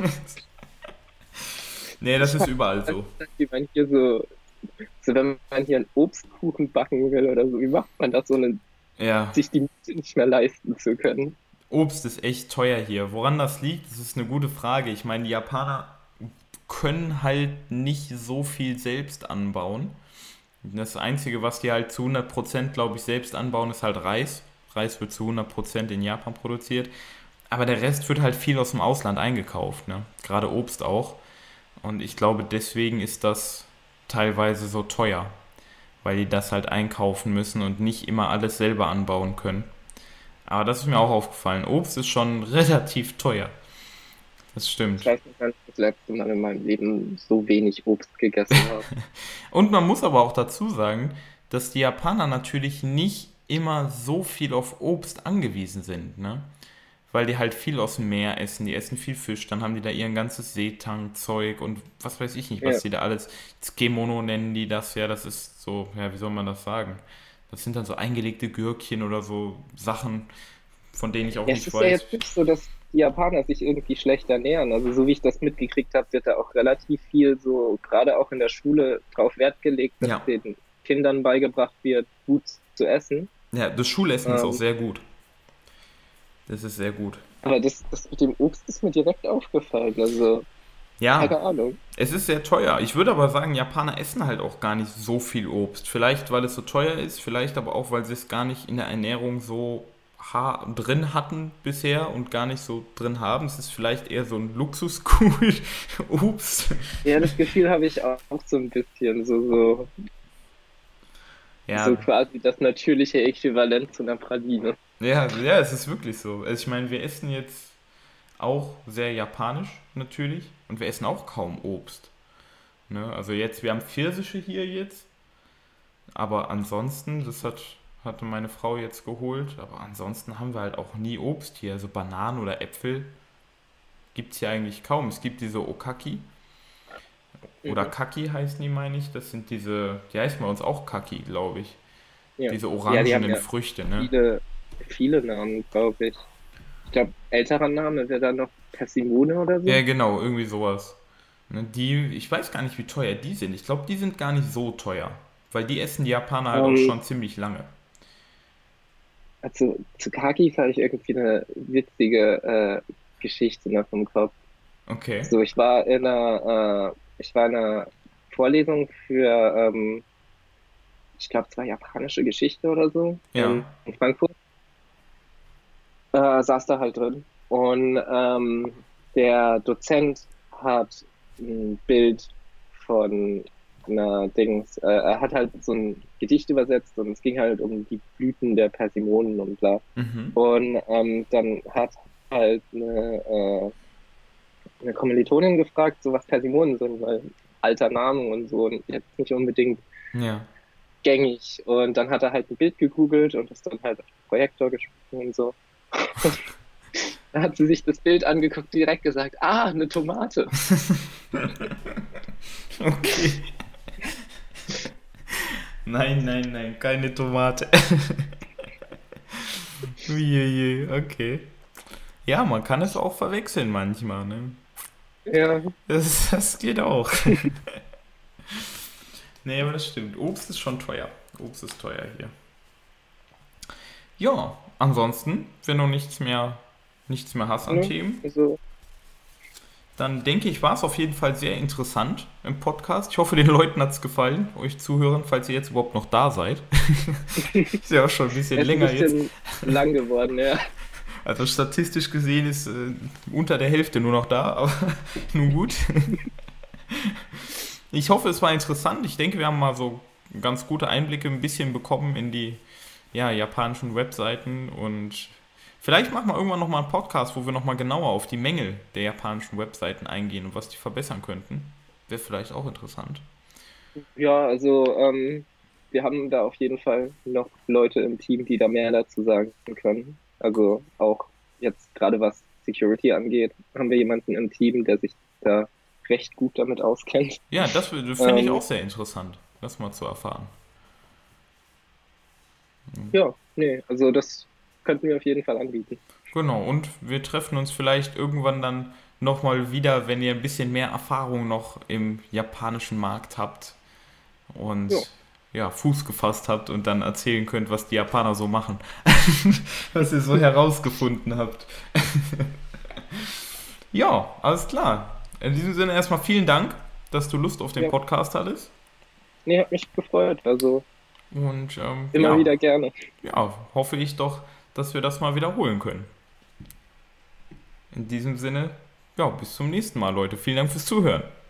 Speaker 1: Nee, das
Speaker 2: Ich
Speaker 1: ist
Speaker 2: frage
Speaker 1: überall
Speaker 2: mich,
Speaker 1: so.
Speaker 2: wie man hier so, so, wenn man hier einen Obstkuchen backen will oder so, wie macht man das, ohne
Speaker 1: Ja,
Speaker 2: sich die Miete nicht mehr leisten zu können?
Speaker 1: Obst ist echt teuer hier. Woran das liegt, das ist eine gute Frage. Ich meine, die Japaner können halt nicht so viel selbst anbauen. Das Einzige, was die halt zu hundert Prozent, glaube ich, selbst anbauen, ist halt Reis. Reis wird zu hundert Prozent in Japan produziert. Aber der Rest wird halt viel aus dem Ausland eingekauft, ne? Gerade Obst auch. Und ich glaube, deswegen ist das teilweise so teuer, weil die das halt einkaufen müssen und nicht immer alles selber anbauen können. Aber das ist mir auch aufgefallen. Obst ist schon relativ teuer. Das
Speaker 2: Ich
Speaker 1: stimmt.
Speaker 2: weiß nicht, wann ich das letzte Mal in meinem Leben so wenig Obst gegessen habe.
Speaker 1: Und man muss aber auch dazu sagen, dass die Japaner natürlich nicht immer so viel auf Obst angewiesen sind, ne? Weil die halt viel aus dem Meer essen, die essen viel Fisch, dann haben die da ihr ganzes Seetang-Zeug und was weiß ich nicht, was
Speaker 2: Ja.
Speaker 1: die da alles, Tsukemono nennen die das ja, das ist so, ja, wie soll man das sagen? Das sind dann so eingelegte Gürkchen oder so Sachen, von denen ich auch
Speaker 2: Ja, es
Speaker 1: nicht
Speaker 2: ist ja
Speaker 1: weiß.
Speaker 2: jetzt nicht so, dass die Japaner sich irgendwie schlecht ernähren. Also so wie ich das mitgekriegt habe, wird da auch relativ viel so, gerade auch in der Schule, darauf Wert gelegt, dass
Speaker 1: Ja,
Speaker 2: den Kindern beigebracht wird, gut zu essen.
Speaker 1: ja, das Schulessen ist auch
Speaker 2: Ähm,
Speaker 1: sehr gut. Das ist sehr gut.
Speaker 2: aber das, das mit dem Obst ist mir direkt aufgefallen. Also, keine
Speaker 1: Ja,
Speaker 2: Ahnung.
Speaker 1: es ist sehr teuer. Ich würde aber sagen, Japaner essen halt auch gar nicht so viel Obst. Vielleicht, weil es so teuer ist, vielleicht aber auch, weil sie es gar nicht in der Ernährung so ha drin hatten bisher und gar nicht so drin haben. Es ist vielleicht eher so ein Luxusgut, Obst.
Speaker 2: Ja, das Gefühl habe ich auch so ein bisschen. So, so, so
Speaker 1: Ja,
Speaker 2: quasi das natürliche Äquivalent zu einer Praline.
Speaker 1: ja, ja, es ist wirklich so. Also ich meine, wir essen jetzt auch sehr japanisch natürlich und wir essen auch kaum Obst. Ne? Also jetzt, wir haben Pfirsiche hier jetzt. Aber ansonsten, das hat, hatte meine Frau jetzt geholt, aber ansonsten haben wir halt auch nie Obst hier. Also Bananen oder Äpfel gibt es hier eigentlich kaum. Es gibt diese Okaki oder
Speaker 2: Mhm.
Speaker 1: Kaki heißen die, meine ich. Das sind diese, die heißen bei uns auch Kaki, glaube ich.
Speaker 2: Ja.
Speaker 1: Diese
Speaker 2: Ja, die haben
Speaker 1: orangenen
Speaker 2: ja
Speaker 1: Früchte, ne?
Speaker 2: viele, viele Namen, glaube ich. Ich glaube, älterer Name wäre dann noch Persimone oder
Speaker 1: Ja,
Speaker 2: so.
Speaker 1: genau, irgendwie sowas. Ne, die, ich weiß gar nicht, wie teuer die sind. Ich glaube, die sind gar nicht so teuer. Weil die essen die Japaner halt auch
Speaker 2: Ähm,
Speaker 1: schon ziemlich lange.
Speaker 2: also zu Kakis habe ich irgendwie eine witzige äh, Geschichte noch im Kopf.
Speaker 1: Okay.
Speaker 2: So, ich war in einer, äh, ich war in einer Vorlesung für, ähm, ich glaube, es war japanische Geschichte oder so in,
Speaker 1: Ja.
Speaker 2: in Frankfurt. Äh, saß da halt drin. Und ähm, der Dozent hat ein Bild von einer Dings, äh, er hat halt so ein Gedicht übersetzt und es ging halt um die Blüten der Persimonen und bla.
Speaker 1: Mhm.
Speaker 2: Und ähm, dann hat halt eine, äh, eine Kommilitonin gefragt, so was Persimonen sind, weil alter Name und so und jetzt nicht unbedingt
Speaker 1: Ja.
Speaker 2: gängig. Und dann hat er halt ein Bild gegoogelt und das dann halt auf den Projektor gesprochen und so. Da hat sie sich das Bild angeguckt, direkt gesagt, ah, eine Tomate.
Speaker 1: Okay. Nein, nein, nein, keine Tomate. Uiuiui, okay. Ja, man kann es auch verwechseln manchmal, ne?
Speaker 2: Ja,
Speaker 1: Das, das geht auch. Nee, aber das stimmt. Obst ist schon teuer. Obst ist teuer hier. Ja, ansonsten, wenn du nichts mehr, nichts mehr hast an
Speaker 2: ne?
Speaker 1: Themen,
Speaker 2: Also,
Speaker 1: dann denke ich, war es auf jeden Fall sehr interessant im Podcast. Ich hoffe, den Leuten hat es gefallen, euch Zuhörern, falls ihr jetzt überhaupt noch da seid. Ist ja auch schon ein bisschen
Speaker 2: er ist ein
Speaker 1: länger jetzt.
Speaker 2: bisschen lang geworden, ja.
Speaker 1: Also statistisch gesehen ist äh, unter der Hälfte nur noch da, aber nun gut. Ich hoffe, es war interessant. Ich denke, wir haben mal so ganz gute Einblicke ein bisschen bekommen in die ja, japanischen Webseiten und vielleicht machen wir irgendwann nochmal einen Podcast, wo wir nochmal genauer auf die Mängel der japanischen Webseiten eingehen und was die verbessern könnten. Wäre vielleicht auch interessant.
Speaker 2: Ja, also ähm, wir haben da auf jeden Fall noch Leute im Team, die da mehr dazu sagen können. Also auch jetzt gerade was Security angeht, haben wir jemanden im Team, der sich da recht gut damit auskennt.
Speaker 1: Ja, das fände ich auch
Speaker 2: Ähm,
Speaker 1: sehr interessant, das mal zu erfahren.
Speaker 2: ja, nee, also das könnten wir auf jeden Fall anbieten.
Speaker 1: Genau, und wir treffen uns vielleicht irgendwann dann nochmal wieder, wenn ihr ein bisschen mehr Erfahrung noch im japanischen Markt habt
Speaker 2: Ja,
Speaker 1: und ja, Fuß gefasst habt und dann erzählen könnt, was die Japaner so machen. Was ihr so herausgefunden habt. Ja, alles klar. In diesem Sinne erstmal vielen Dank, dass du Lust auf den
Speaker 2: ja,
Speaker 1: Podcast hattest.
Speaker 2: nee, hat mich gefreut. Also
Speaker 1: Und ähm,
Speaker 2: immer
Speaker 1: ja,
Speaker 2: wieder gerne.
Speaker 1: ja, hoffe ich doch, dass wir das mal wiederholen können. In diesem Sinne, ja, bis zum nächsten Mal, Leute. Vielen Dank fürs Zuhören.